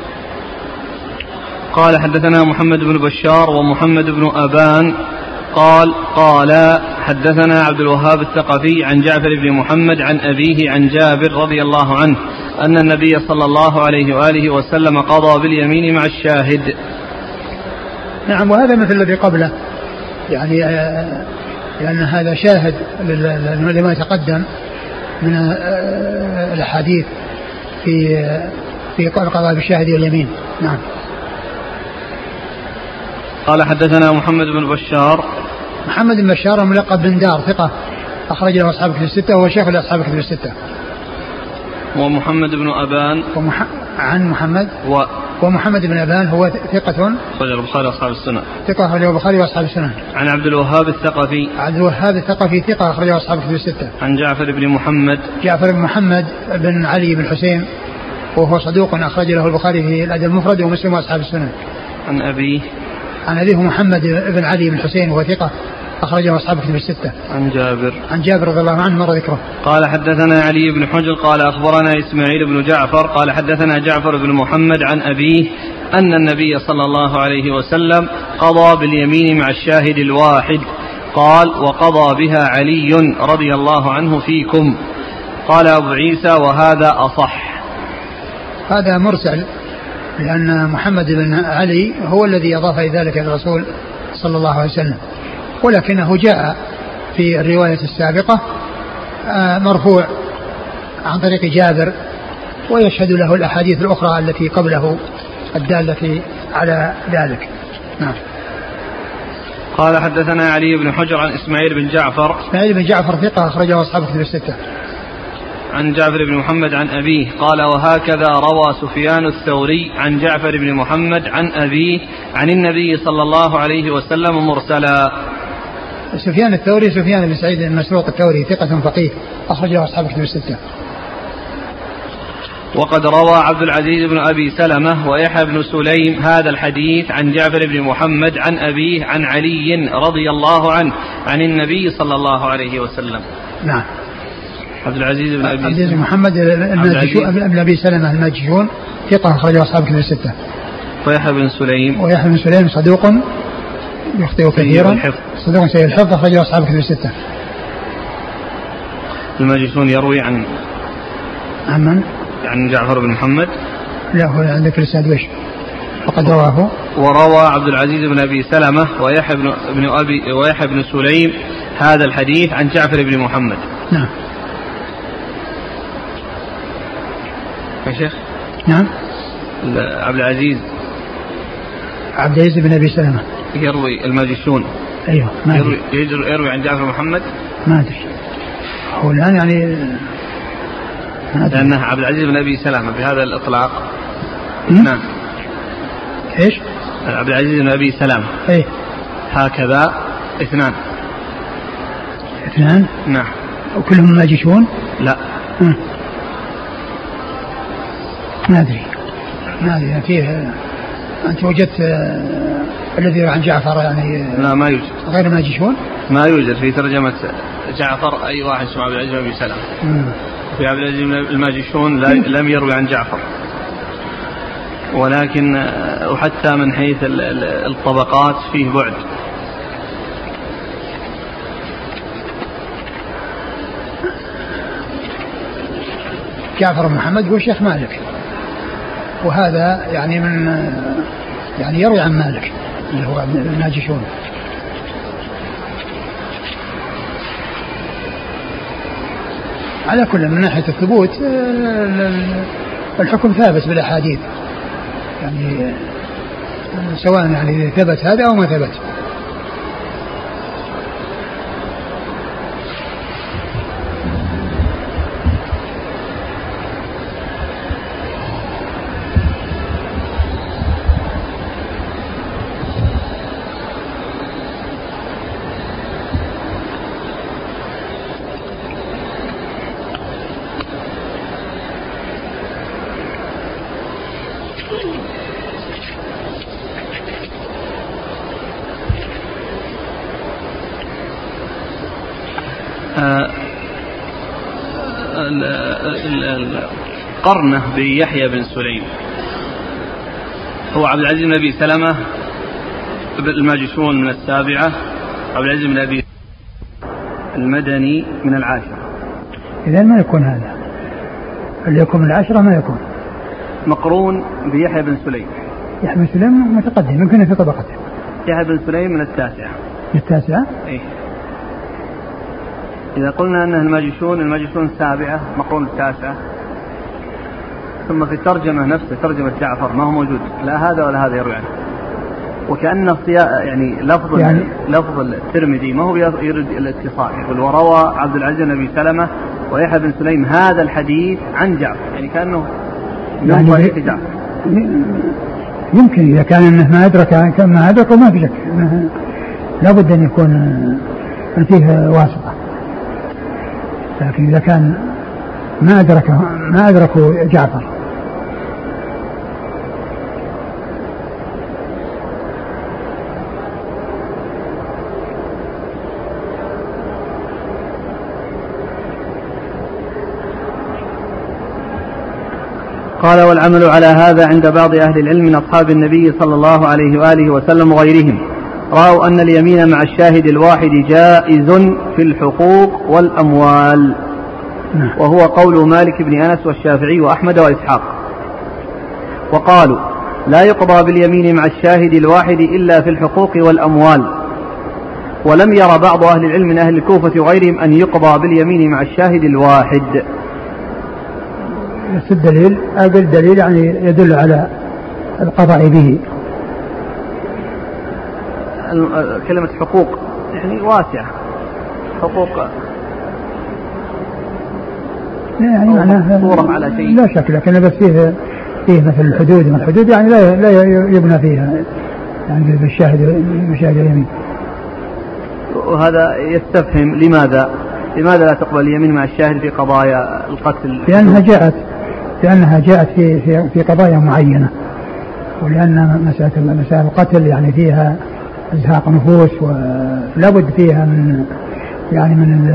قال حدثنا محمد بن بشار ومحمد بن أبان قال قال حدثنا عبد الوهاب الثقفي عن جعفر بن محمد عن أبيه عن جابر رضي الله عنه أن النبي صلى الله عليه وآله وسلم قضى باليمين مع الشاهد. نعم. وهذا مثل الذي قبله، يعني لأن هذا شاهد لما تقدم من الأحاديث في في القضاء بالشاهد واليمين. نعم. قال حدثنا محمد بن بشار محمد بن بشار ملقب بن دار ثقة أخرج له أصحاب كتب الستة وهو شيخ لأصحاب كتب الستة. ومحمد بن أبان ومح... عن محمد و... ومحمد بن أبان هو ثقة أخرج البخاري وأصحاب السنن. ثقة أخرجه البخاري وأصحاب السنن. عن عبد الوهاب الثقفي عبد الوهاب الثقفي ثقة أخرجه أصحاب كتب الستة. عن جعفر بن محمد جعفر بن محمد بن علي بن حسين وهو صدوق أخرج له البخاري في الأدب المفرد ومسلم وأصحاب السنن. عن أبيه عن أبيه محمد بن علي بن حسين وهو ثقة أخرجه أصحاب كتب الستة. عن جابر عن جابر رضي الله عنه مر ذكره. قال حدثنا علي بن حجر قال أخبرنا إسماعيل بن جعفر قال حدثنا جعفر بن محمد عن أبيه أن النبي صلى الله عليه وسلم قضى باليمين مع الشاهد الواحد قال وقضى بها علي رضي الله عنه فيكم. قال أبو عيسى وهذا أصح. هذا مرسل لأن محمد بن علي هو الذي أضاف ذلك إلى الرسول صلى الله عليه وسلم ولكنه جاء في الرواية السابقة مرفوع عن طريق جابر ويشهد له الأحاديث الأخرى التي قبله الدالة على ذلك. نعم. قال حدثنا علي بن حجر عن إسماعيل بن جعفر إسماعيل بن جعفر ثقة أخرجه أصحاب كتب الستة. عن جعفر بن محمد عن أبيه قال وهكذا روى سفيان الثوري عن جعفر بن محمد عن أبيه عن النبي صلى الله عليه وسلم مرسلا. سفيان الثوري سفيان بن سعيد المسروق الثوري ثقة فقيه أخرجه أصحاب كتب الستة. وقد روى عبد العزيز بن أبي سلمة ويحيى بن سليم هذا الحديث عن جعفر بن محمد عن أبيه عن علي رضي الله عنه عن النبي صلى الله عليه وسلم. نعم. عبد العزيز بن أبي عبد محمد بن أبي سلمة الماجشون ثقة أخرجه أصحاب كتب الستة. ويحيى بن سليم ويحيى بن سليم صدوق يخطئ كثيرا صدوق سيء الحفظ أخرجه أصحاب كتب الستة. الماجشون يروي عن عن من؟ عن جعفر بن محمد. لا هو عندك الإسناد وش فقد رواه. وروى عبد العزيز بن أبي سلمة ويحيى بن ابن أبي ويحيى بن سليم هذا الحديث عن جعفر بن محمد. نعم. يا شيخ. نعم. عبد العزيز عبد العزيز بن أبي سلمة يروي الماجشون. أيوه ما يروي, يروي عن جعفر محمد. ما أدري هو الآن يعني لأنه عبد العزيز بن أبي سلمة بهذا الإطلاق اثنان. إيش؟ عبد العزيز بن أبي سلمة إيه هكذا اثنان. اثنان. نعم. وكلهم ماجشون؟ لا. م. ما أدري ما أدري فيه أنت وجدت الذي عن جعفر يعني لا ما يوجد غير ماجشون ما يوجد في ترجمة جعفر أي واحد اسمه عبد العزيز بن أبي سلمة. في عبد العزيز الماجشون لم يروي عن جعفر ولكن وحتى من حيث الطبقات فيه بعد. جعفر بن محمد هو شيخ مالك وهذا يعني من يعني يروي عن مالك اللي هو الماجشون. على كل من ناحية الثبوت الحكم ثابت بالأحاديث يعني سواء يعني ثبت هذا أو ما ثبت. قرنه بيحيى بن سليم هو عبد العزيز بن أبي سلمة الماجشون من السابعة عبد العزيز بن أبي المدني من العاشرة. إذن ما يكون هذا اللي يكون من العاشرة ما يكون مقرون بيحيى بن سليم. يحيى بن سليم متقدم يمكن في طبقته. يحيى بن سليم من التاسعة. من التاسعة؟ إيه. إذا قلنا أنه الماجشون الماجشون السابعة مقرون التاسعة ثم في الترجمة نفسه ترجمة جعفر ما هو موجود لا هذا ولا هذا يروي عنه وكأن الصياغة يعني لفظ يعني لفظ الترمذي ما هو يريد الاتصال، يقول وروى عبد العزيز بن أبي سلمة ويحيى بن سليم هذا الحديث عن جعفر، يعني كأنه من طريق جعفر. يمكن إذا كان أنه ما أدرك كان ما أدرك وما في شك لابد أن يكون فيه واسطة، لكن إذا كان ما أدرك ما أدركوا جعفر. قال والعمل على هذا عند بعض أهل العلم من أصحاب النبي صلى الله عليه وآله وسلم وغيرهم، رأوا أن اليمين مع الشاهد الواحد جائز في الحقوق والأموال، وهو قول مالك بن أنس والشافعي وأحمد وإسحاق. وقالوا لا يقضى باليمين مع الشاهد الواحد إلا في الحقوق والأموال، ولم ير بعض أهل العلم من أهل الكوفة وغيرهم أن يقضى باليمين مع الشاهد الواحد. الدليل أقل دليل يعني يدل على القضاء به. كلمة حقوق يعني واسعة، حقوق يعني معناها على شيء لا شك، لكن بس فيه فيه مثل الحدود، من الحدود يعني لا لا يبنى فيها يعني بالشاهد بالشاهد اليمين. وهذا يستفهم لماذا لماذا لا تقبل اليمين مع الشاهد في قضايا القتل؟ لأنها جاءت لأنها جاءت في في في قضايا معينة، ولأن مسألة مسائل القتل يعني فيها إزهاق نفوس ولا بد فيها من يعني من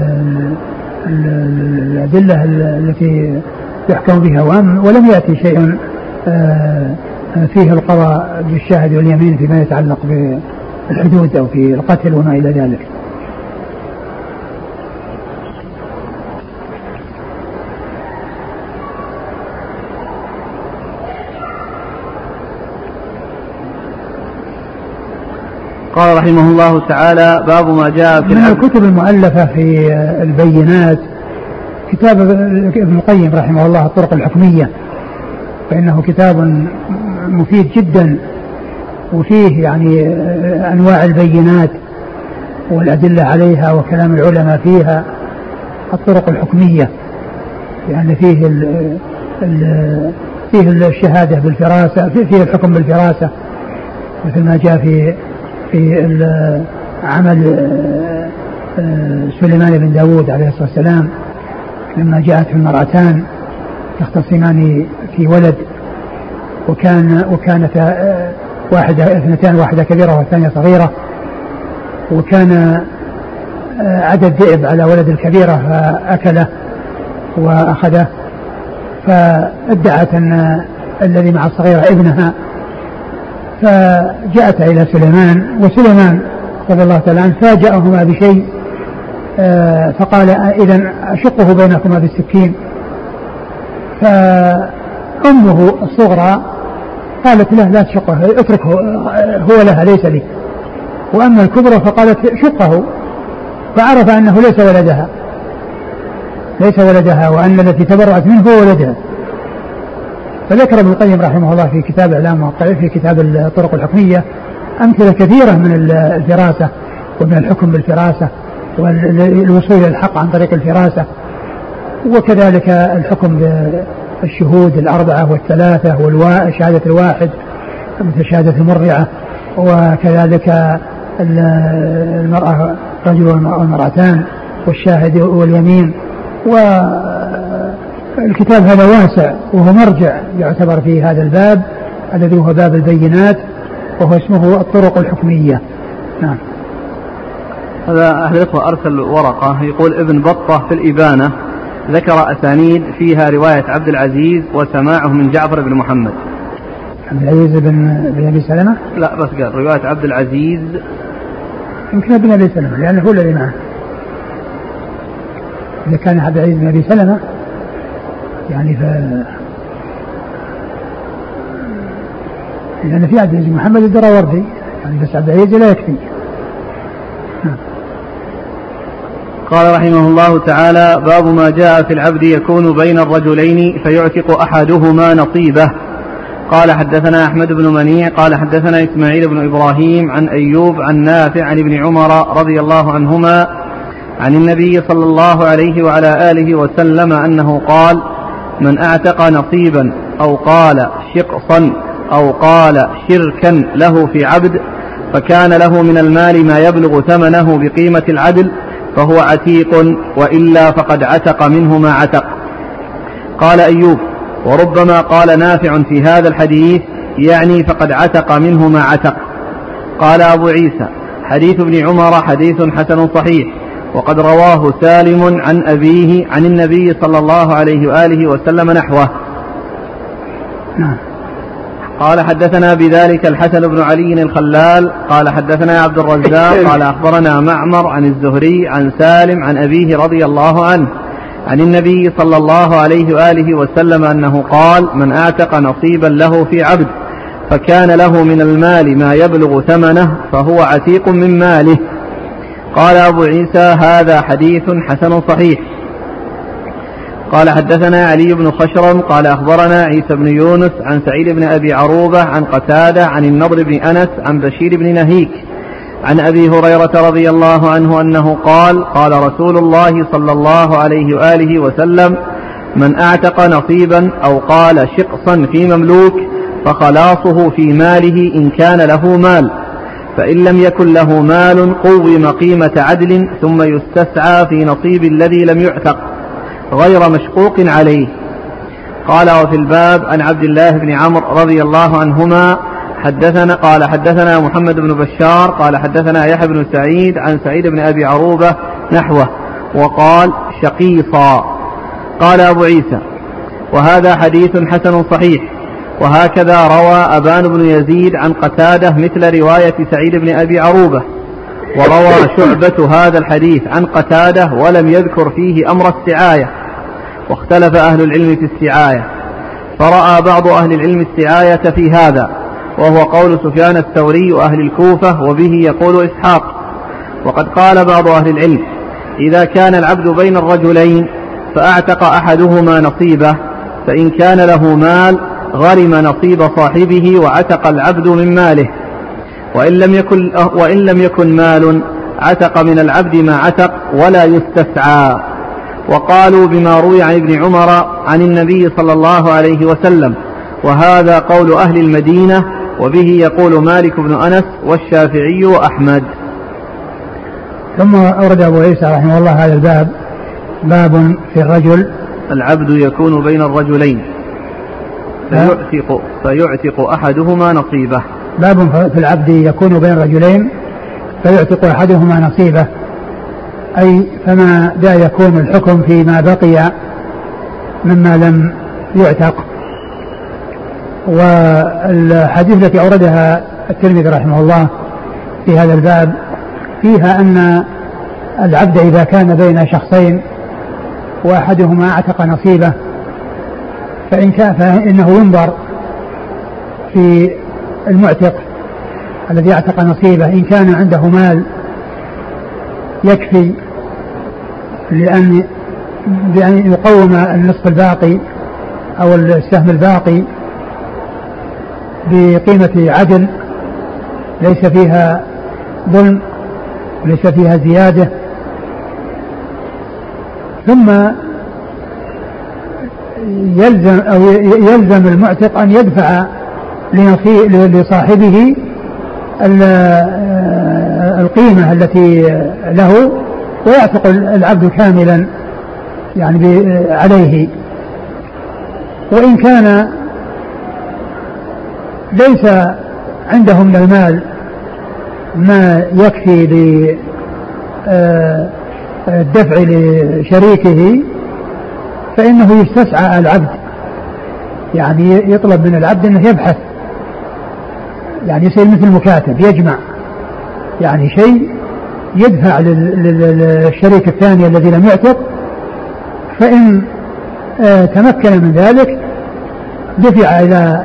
الأدلة التي يحكم بها، ولم يأتي شيء فيه القضاء بالشاهد واليمين فيما يتعلق بالحدود أو في القتل وما إلى ذلك. قال رحمه الله تعالى باب ما جاء في من الكتب المؤلفة في البينات كتاب ابن القيم رحمه الله الطرق الحكمية، فإنه كتاب مفيد جدا وفيه يعني أنواع البينات والأدلة عليها وكلام العلماء فيها. الطرق الحكمية يعني فيه ال ال فيه الشهادة بالفراسة، فيه الحكم بالفراسة مثل ما جاء في في عمل سليمان بن داود عليه الصلاة والسلام لما جاءت المرأتان يختصمان في ولد، وكان وكانت واحدة اثنتان، واحدة كبيرة والثانية صغيرة، وكان عدد ذئب على ولد الكبيرة فأكله وأخذه، فادعت أن الذي مع الصغيرة ابنها، فجاءت إلى سليمان، وسليمان رضي الله تعالى عنه فاجأهما بشيء فقال إذن أشقه بينكما بالسكين. فأمه الصغرى قالت له لا تشقه اتركه هو لها ليس لي، وأما الكبرى فقالت شقه، فعرف أنه ليس ولدها ليس ولدها وأن التي تبرأت منه هو ولدها. فذكر ابن القيم رحمه الله في كتاب إعلام الموقعين في كتاب الطرق الحكمية أمثلة كثيرة من الفراسة ومن الحكم بالفراسة والوصول إلى الحق عن طريق الفراسة، وكذلك الحكم بالشهود الأربعة والثلاثة وشهادة الواحد مثل شهادة المرضعة، وكذلك المرأة رجل والمرأتان والشاهد واليمين. والكتاب هذا واسع وهو مرجع يعتبر في هذا الباب الذي هو باب البينات، وهو اسمه الطرق الحكمية. نعم. هذا أهل الإخوة أرسل ورقة يقول ابن بطة في الإبانة ذكر أسانيد فيها رواية عبد العزيز وسماعه من جعفر بن محمد. عبد العزيز بن أبي سلمة؟ لا بس قال رواية عبد العزيز، يمكن ابن أبي سلمة لأنه هو الذي معه. إذا كان عبد العزيز بن أبي سلمة يعني ف لأن في عبد العزيز محمد الدراوردي يعني بس عبد العزيز لا يكفي. قال رحمه الله تعالى باب ما جاء في العبد يكون بين الرجلين فيعتق أحدهما نصيبه قال حدثنا أحمد بن منيع قال حدثنا إسماعيل بن إبراهيم عن أيوب عن نافع عن ابن عمر رضي الله عنهما عن النبي صلى الله عليه وعلى آله وسلم أنه قال: من أعتق نصيبا أو قال شقصا أو قال شركا له في عبد فكان له من المال ما يبلغ ثمنه بقيمة العدل فهو عتيق، وإلا فقد عتق منه ما عتق. قال أيوب: وربما قال نافع في هذا الحديث يعني فقد عتق منه ما عتق. قال أبو عيسى: حديث ابن عمر حديث حسن صحيح، وقد رواه سالم عن أبيه عن النبي صلى الله عليه وآله وسلم نحوه. نعم. قال حدثنا بذلك الحسن بن علي الخلال قال حدثنا عبد الرزاق قال أخبرنا معمر عن الزهري عن سالم عن أبيه رضي الله عنه عن النبي صلى الله عليه وآله وسلم أنه قال: من أعتق نصيبا له في عبد فكان له من المال ما يبلغ ثمنه فهو عتيق من ماله. قال أبو عيسى: هذا حديث حسن صحيح. قال حدثنا علي بن خشرم قال أخبرنا عيسى بن يونس عن سعيد بن أبي عروبة عن قتادة عن النضر بن أنس عن بشير بن نهيك عن أبي هريرة رضي الله عنه أنه قال: قال رسول الله صلى الله عليه وآله وسلم: من أعتق نصيبا أو قال شقصا في مملوك فخلاصه في ماله إن كان له مال، فإن لم يكن له مال قوم قيمة عدل ثم يستسعى في نصيب الذي لم يعتق غير مشقوق عليه. قال: وفي الباب عن عبد الله بن عمرو رضي الله عنهما حدثنا قال حدثنا محمد بن بشار قال حدثنا يحيى بن سعيد عن سعيد بن أبي عروبة نحوه وقال: شقيصا. قال أبو عيسى: وهذا حديث حسن صحيح. وهكذا روى أبان بن يزيد عن قتادة مثل رواية سعيد بن أبي عروبة. وروى شعبة هذا الحديث عن قتادة ولم يذكر فيه أمر السعاية، واختلف أهل العلم في السعاية، فرأى بعض أهل العلم السعاية في هذا، وهو قول سفيان الثوري وأهل الكوفة، وبه يقول إسحاق. وقد قال بعض أهل العلم: إذا كان العبد بين الرجلين فأعتق أحدهما نصيبه، فإن كان له مال غرم نصيب صاحبه وعتق العبد من ماله، وإن لم يكن, وإن لم يكن مال عتق من العبد ما عتق ولا يستسعى. وقالوا بما روي عن ابن عمر عن النبي صلى الله عليه وسلم، وهذا قول أهل المدينة، وبه يقول مالك بن أنس والشافعي وأحمد. ثم أورد أبو عيسى رحمه الله هذا الباب، باب في الرجل العبد يكون بين الرجلين فيعتق, فيعتق أحدهما نصيبه. باب في العبد يكون بين الرجلين فيعتق أحدهما نصيبه، أي فما دا يكون الحكم فيما بقي مما لم يعتق. والحديث التي أوردها الترمذي رحمه الله في هذا الباب فيها أن العبد إذا كان بين شخصين وأحدهما اعتق نصيبه فإن كان فإنه ينظر في المعتق الذي اعتق نصيبه إن كان عنده مال يكفي لأن بأن يقوم النصف الباقي أو السهم الباقي بقيمة عدل ليس فيها ظلم وليس فيها زيادة، ثم يلزم أو يلزم المعتق أن يدفع لصاحبه القيمة التي له ويعتق العبد كاملا يعني عليه. وإن كان ليس عنده من المال ما يكفي للدفع لشريكه فإنه يستسعى العبد، يعني يطلب من العبد أنه يبحث، يعني يصير مثل مكاتب يجمع يعني شيء يدفع للشريك الثاني الذي لم يعتق، فإن تمكن من ذلك دفع إلى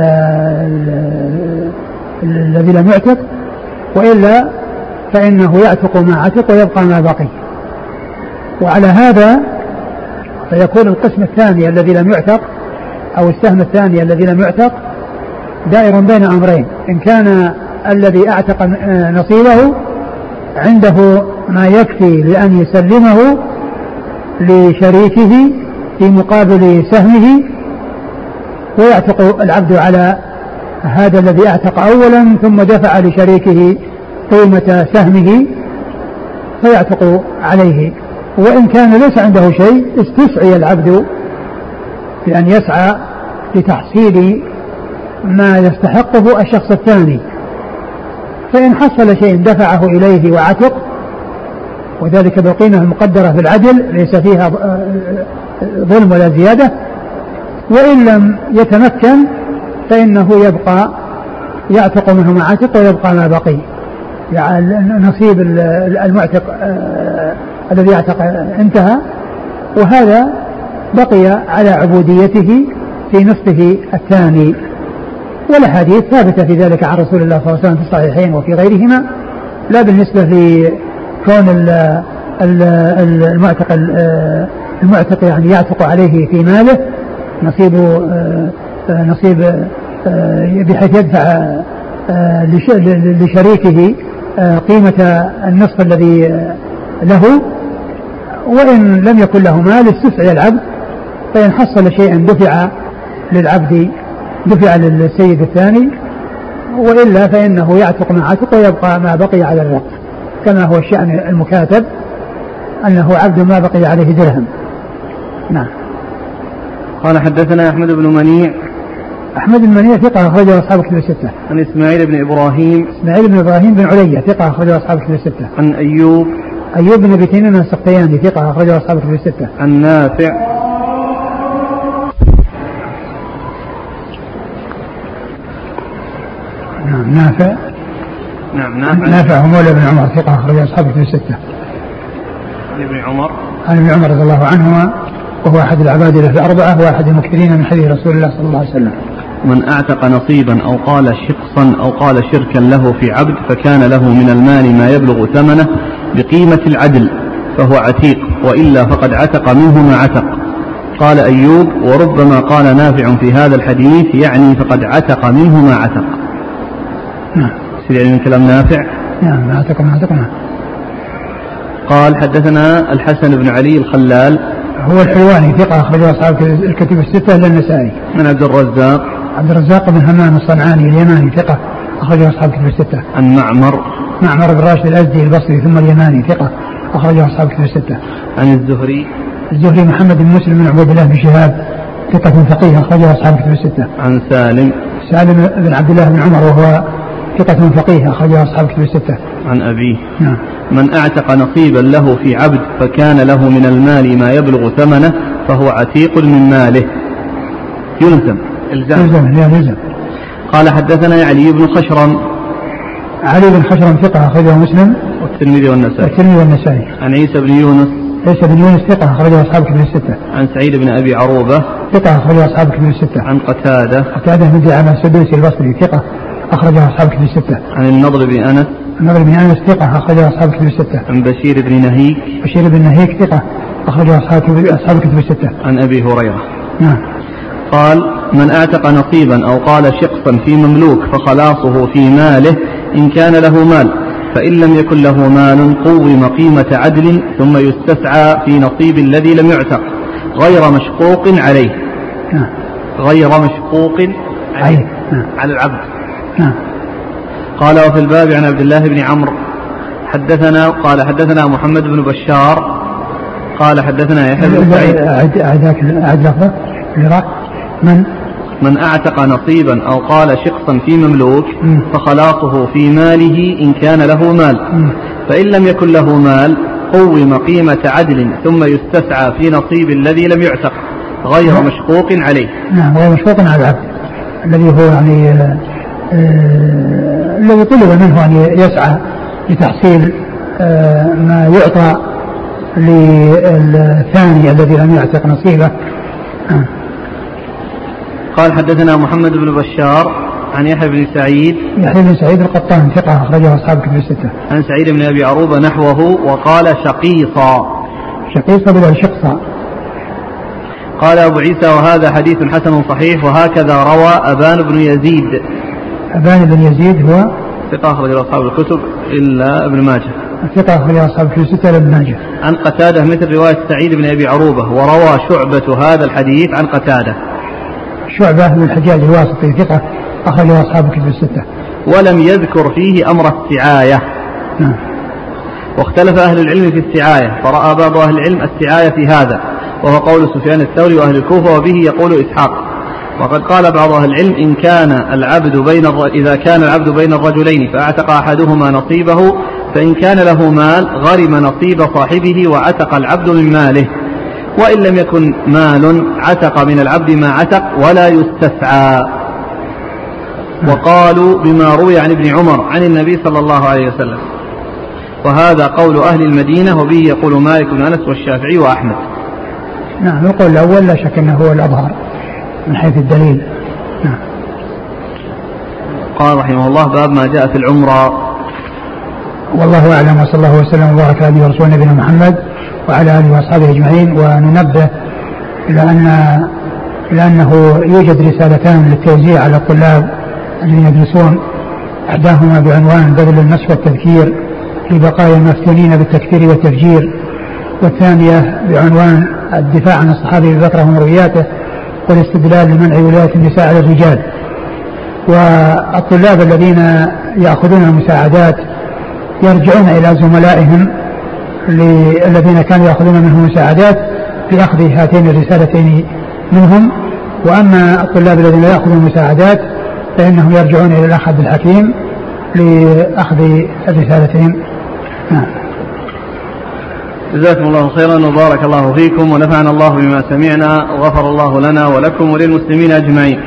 الذي لم يعتق، وإلا فإنه يعتق ما عتق ويبقى ما بقي. وعلى هذا فيكون القسم الثاني الذي لم يعتق أو السهم الثاني الذي لم يعتق دائر بين أمرين، إن كان الذي أعتق نصيبه عنده ما يكفي لأن يسلمه لشريكه في مقابل سهمه ويعتق العبد على هذا الذي أعتق أولا ثم دفع لشريكه قيمة سهمه فيعتق عليه. وإن كان ليس عنده شيء استسعي العبد بأن يسعى لتحصيل ما يستحقه الشخص الثاني، فإن حصل شيء دفعه إليه وعتق، وذلك بالقيمة المقدرة في العدل ليس فيها ظلم ولا زيادة. وإن لم يتمكن فإنه يبقى يعتق منه ما عتق ويبقى ما بقي، يعني نصيب المعتق الذي يعتق انتهى وهذا بقي على عبوديته في نصفه الثاني. والأحاديث ثابتة في ذلك عن رسول الله صلى الله عليه وسلم في الصحيحين وفي غيرهما، لا بالنسبة لكون المعتق المعتق يعني يعتق عليه في ماله نصيب نصيب بحيث يدفع لشريكه قيمة النصف الذي له، وإن لم يكن له مال استسعي العبد، فإن حصل شيئا دفع للعبد دفع للسيد الثاني، وإلا فإنه يعتق ما عتق ويبقى ما بقي على الرق، كما هو الشأن المكاتب أنه عبد ما بقي عليه درهم. نعم. قال حدثنا أحمد بن منيع. أحمد بن منيع ثقة أخرجه أصحاب الكتب الستة. عن إسماعيل بن إبراهيم. إسماعيل بن إبراهيم بن علية ثقة أخرجه أصحاب الكتب الستة. عن أيوب. أيوب بن أبي تميم السختياني ثقة أخرجه أصحاب الكتب الستة. عن نافع. نعم نافع. نعم نافع. نافع هو مولى بن عمر ثقة أخرجه أصحاب الكتب الستة. عن ابن عمر. عن ابن عمر رضي الله عنهما وهو أحد العبادلة الأربعة وأحد المكثرين من حديث رسول الله صلى الله عليه وسلم. من أعتق نصيبا أو قال شقصا أو قال شركا له في عبد فكان له من المال ما يبلغ ثمنه بقيمة العدل فهو عتيق، وإلا فقد عتق منه ما عتق. قال أيوب: وربما قال نافع في هذا الحديث يعني فقد عتق منه ما عتق. نعم. سيدي من كلام نافع. نعم ما عتق ما عتق. قال حدثنا الحسن بن علي الخلال هو الحلواني ثقة أخرجه أصحاب الكتب الستة إلا النسائي. عن عبد الرزاق. عبد الرزاق بن همام الصنعاني اليماني ثقة أخرجه أصحاب الكتب الستة. عن معمر. معمر بن راشد الأزدي البصري ثم اليماني ثقة أخرجه أصحاب الكتب الستة. عن الزهري. الزهري محمد بن مسلم بن عبد الله بن شهاب ثقة فقيه أخرجه أصحاب الكتب الستة. عن سالم. سالم بن عبد الله بن عمر وهو ثقة فقيه أخرجه أصحاب الكتب الستة. عن أبيه. نعم. من أعتق نصيبا له في عبد فكان له من المال ما يبلغ ثمنه فهو عتيق من ماله. يلزم الزام. يلزم يلزم. قال حدثنا علي بن خشرم. علي بن خشرم ثقة أخرجه مسلم والترمذي والنسائي. والترمذي والنسائي. عن عيسى بن يونس. عيسى بن يونس ثقة أخرجه أصحاب الكتب الستة. عن سعيد بن أبي عروبة ثقة أخرجه أصحاب الكتب الستة. عن قتادة. قتادة بن دعامة السدوسي البصري ثقة أخرجه أصحاب الكتب الستة. عن النضر بن أنس. النضر بن أنس ثقة أخرجه أصحاب الكتب الستة. عن بشير بن نهيك. بشير بن نهيك ثقة أخرجه أصحاب أصحاب الكتب الستة. عن أبي هريرة. نعم. قال: من أعتق نصيبا أو قال شقصا في مملوك فخلاصه في ماله إن كان له مال، فإن لم يكن له مال قوم قيمة عدل ثم يستسعى في نصيب الذي لم يعتق غير مشقوق عليه. نعم. غير مشقوق عليه. نعم. على العبد. نعم. قال: وفي الباب عن عبد الله بن عمرو حدثنا قال حدثنا محمد بن بشار قال حدثنا يحيى بن سعيد. أعد أعد لفظه اللي راح. من من أعتق نصيبا أو قال شقصا في مملوك م. فخلاصه في ماله إن كان له مال، م. فإن لم يكن له مال قوم قيمة عدل ثم يستسعى في نصيب الذي لم يعتق غير م. مشقوق عليه. نعم غير مشقوق على العبد الذي هو يعني آه آه الذي طلب منه أن يسعى لتحصيل آه ما يعطى للثاني الذي لم يعتق نصيبه. آه. قال حدثنا محمد بن بشار عن يحيى بن سعيد. يحيى بن سعيد القطان ثقة أخرجه أصحاب الكتب الستة. عن سعيد بن أبي عروبة نحوه وقال شقيصا. شقيصا بلا شقصا. قال أبو عيسى وهذا حديث حسن صحيح وهكذا روى أبان بن يزيد. أبان بن يزيد هو ثقة أخرج أصحاب الكتب إلا ابن ماجه. ثقة أخرج أصحاب الكتب ستة ابن ماجه. عن قتادة مثل رواية سعيد بن أبي عروبة وروى شعبة هذا الحديث عن قتادة. شعبة بن الحجاج الواسطي ثقة أخرج أصحاب الكتب الستة. ولم يذكر فيه أمر السعاية. نعم. واختلف أهل العلم في السعاية فرأى بعض أهل العلم السعاية في هذا وهو قول سفيان الثوري وأهل الكوفة وبه يقول إسحاق. وقد قال بعض أهل العلم إن كان العبد بين إذا كان العبد بين الرجلين فأعتق أحدهما نصيبه فإن كان له مال غرم نصيب صاحبه وعتق العبد من ماله وإن لم يكن مال عتق من العبد ما عتق ولا يستسعى. وقالوا بما روي عن ابن عمر عن النبي صلى الله عليه وسلم وهذا قول أهل المدينة وبه يقول مالك بن أنس والشافعي وأحمد. نعم. القول الأول لا شك أنه هو الأظهر من حيث الدليل. نعم. قال رحمه الله باب ما جاء في العمرة. والله أعلم وصلى الله وسلم وبارك على رسول نبينا محمد وعلى آله وأصحابه أجمعين. وننبه إلى أن لأنه يوجد رسالتان للتوزيع على الطلاب الذين يدرسون إحداهما بعنوان بذل النصح والتذكير لبقايا المفتونين بالتكفير والتفجير والثانية بعنوان الدفاع عن الصحابة أبي بكر ومروياته والاستدلال لمنع ولاية النساء على الرجال. والطلاب الذين يأخذون المساعدات يرجعون إلى زملائهم الذين كانوا يأخذون منهم مساعدات لأخذ هاتين الرسالتين منهم. وأما الطلاب الذين لا يأخذون مساعدات فإنهم يرجعون إلى الأخ عبد الحكيم لأخذ الرسالتين. نعم. جزاكم الله خيرا وبارك الله فيكم ونفعنا الله بما سمعنا وغفر الله لنا ولكم وللمسلمين أجمعين.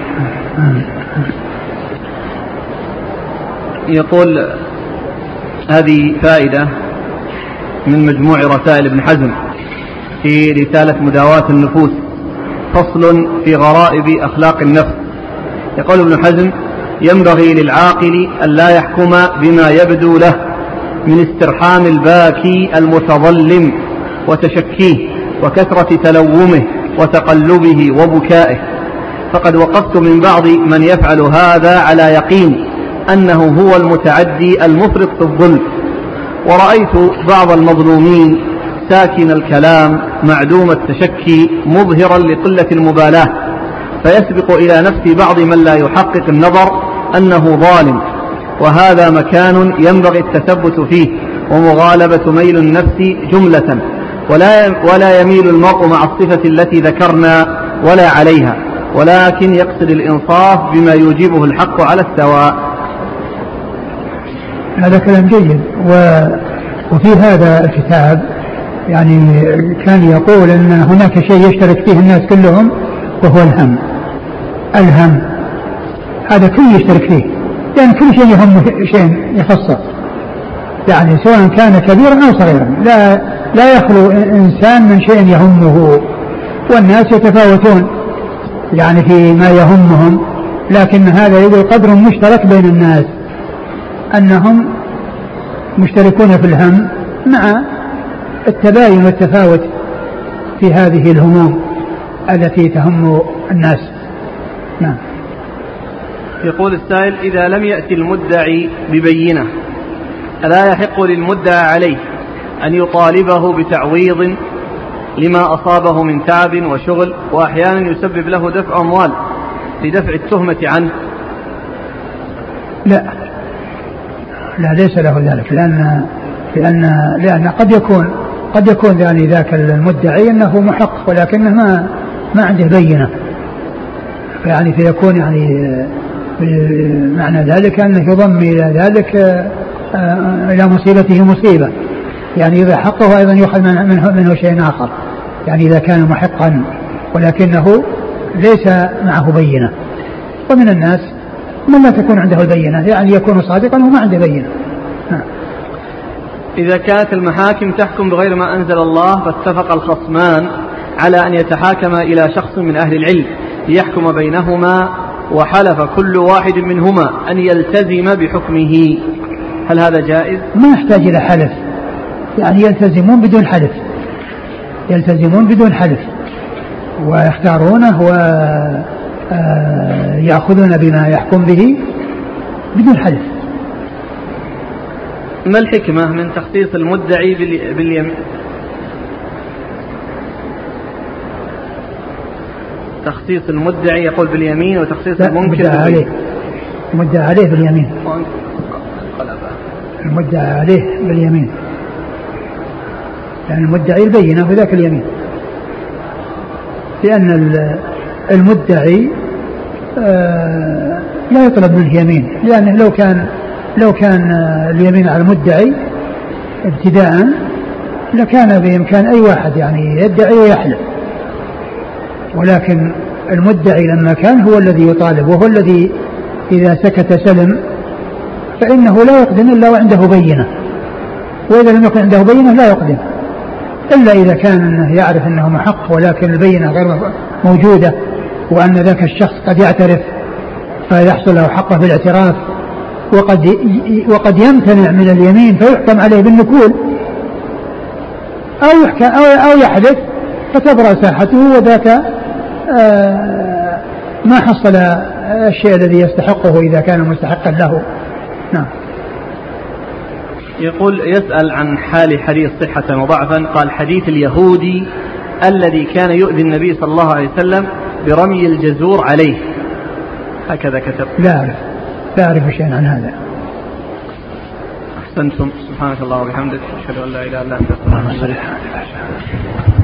يقول هذه فائدة من مجموع رسائل ابن حزم في رسالة مداواة النفوس فصل في غرائب أخلاق النفس. يقول ابن حزم ينبغي للعاقل أن لا يحكم بما يبدو له من استرحام الباكي المتظلم وتشكيه وكثرة تلومه وتقلبه وبكائه، فقد وقفت من بعض من يفعل هذا على يقين أنه هو المتعدي المفرط في الظلم، ورأيت بعض المظلومين ساكن الكلام معدوم التشكي مظهرا لقلة المبالاة، فيسبق إلى نفس بعض من لا يحقق النظر أنه ظالم، وهذا مكان ينبغي التثبت فيه ومغالبة ميل النفس جملة، ولا ولا يميل المرء مع الصفة التي ذكرنا ولا عليها، ولكن يقصد الإنصاف بما يوجبه الحق على السواء. هذا كلام جيد. وفي هذا الكتاب يعني كان يقول أن هناك شيء يشترك فيه الناس كلهم وهو الهم. الهم هذا كل يشترك فيه، يعني كل شيء يهم شيء يخصه، يعني سواء كان كبيرا أو صغيرا، لا لا يخلو إنسان من شيء يهمه، والناس يتفاوتون يعني في ما يهمهم، لكن هذا يوجد قدر مشترك بين الناس أنهم مشتركون في الهم مع التباين والتفاوت في هذه الهموم التي تهم الناس. نعم. يقول السائل إذا لم يأتي المدعي ببينة ألا يحق للمدعى عليه أن يطالبه بتعويض لما أصابه من تعب وشغل، وأحيانا يسبب له دفع أموال لدفع التهمة عنه؟ لا لا ليس له ذلك، لأن لأن لأن قد يكون قد يكون يعني ذاك المدعي أنه محق ولكنه ما ما عنده بينة، يعني فيكون يعني معنى ذلك أنه يضم إلى ذلك إلى مصيبته مصيبة، يعني إذا حقه أيضا يؤخذ منه, منه شيء آخر، يعني إذا كان محقا ولكنه ليس معه بينة. ومن الناس من لا تكون عنده البينة، يعني يكون صادقا وما عنده بينة. إذا كانت المحاكم تحكم بغير ما أنزل الله فاتفق الخصمان على أن يتحاكما إلى شخص من أهل العلم ليحكم بينهما، وحلف كل واحد منهما أن يلتزم بحكمه، هل هذا جائز؟ ما يحتاج إلى حلف، يعني يلتزمون بدون حلف، يلتزمون بدون حلف، ويختارونه ويأخذون بما يحكم به بدون حلف. ما الحكمة من تخصيص المدعي باليمين؟ تخصيص المدعي يقول باليمين وتخصيص المنكر عليه. المدعى عليه باليمين. المدعى عليه باليمين يعني المدعي البينة في ذاك اليمين، لأن المدعي لا يطلب منه يمين، لأنه لو كان لو كان اليمين على المدعي ابتداء لكان بإمكان أي واحد يعني يدعي ويحلف، ولكن المدعي لما كان هو الذي يطالب وهو الذي إذا سكت سلم، فإنه لا يقدم إلا وعنده بينة، وإذا لم يكن عنده بينة لا يقدم إلا إذا كان أنه يعرف أنه محق ولكن البينة غير موجودة، وأن ذاك الشخص قد يعترف فيحصل له حقه بالاعتراف، وقد وقد يمتنع من اليمين فيحكم عليه بالنكول، أو يحكم أو أو يحدث فتبرأ ساحته، وذاك ما حصل الشيء الذي يستحقه إذا كان مستحقا له. نعم. يقول يسأل عن حال حديث صحة وضعفا، قال حديث اليهودي الذي كان يؤذي النبي صلى الله عليه وسلم برمي الجزور عليه، هكذا كتب. لا أعرف لا أعرف شيئا عن هذا. أحسنتم، سبحانك الله وبحمدك، أشهد أن لا إله إلا أنت أستغفرك وأتوب إليك.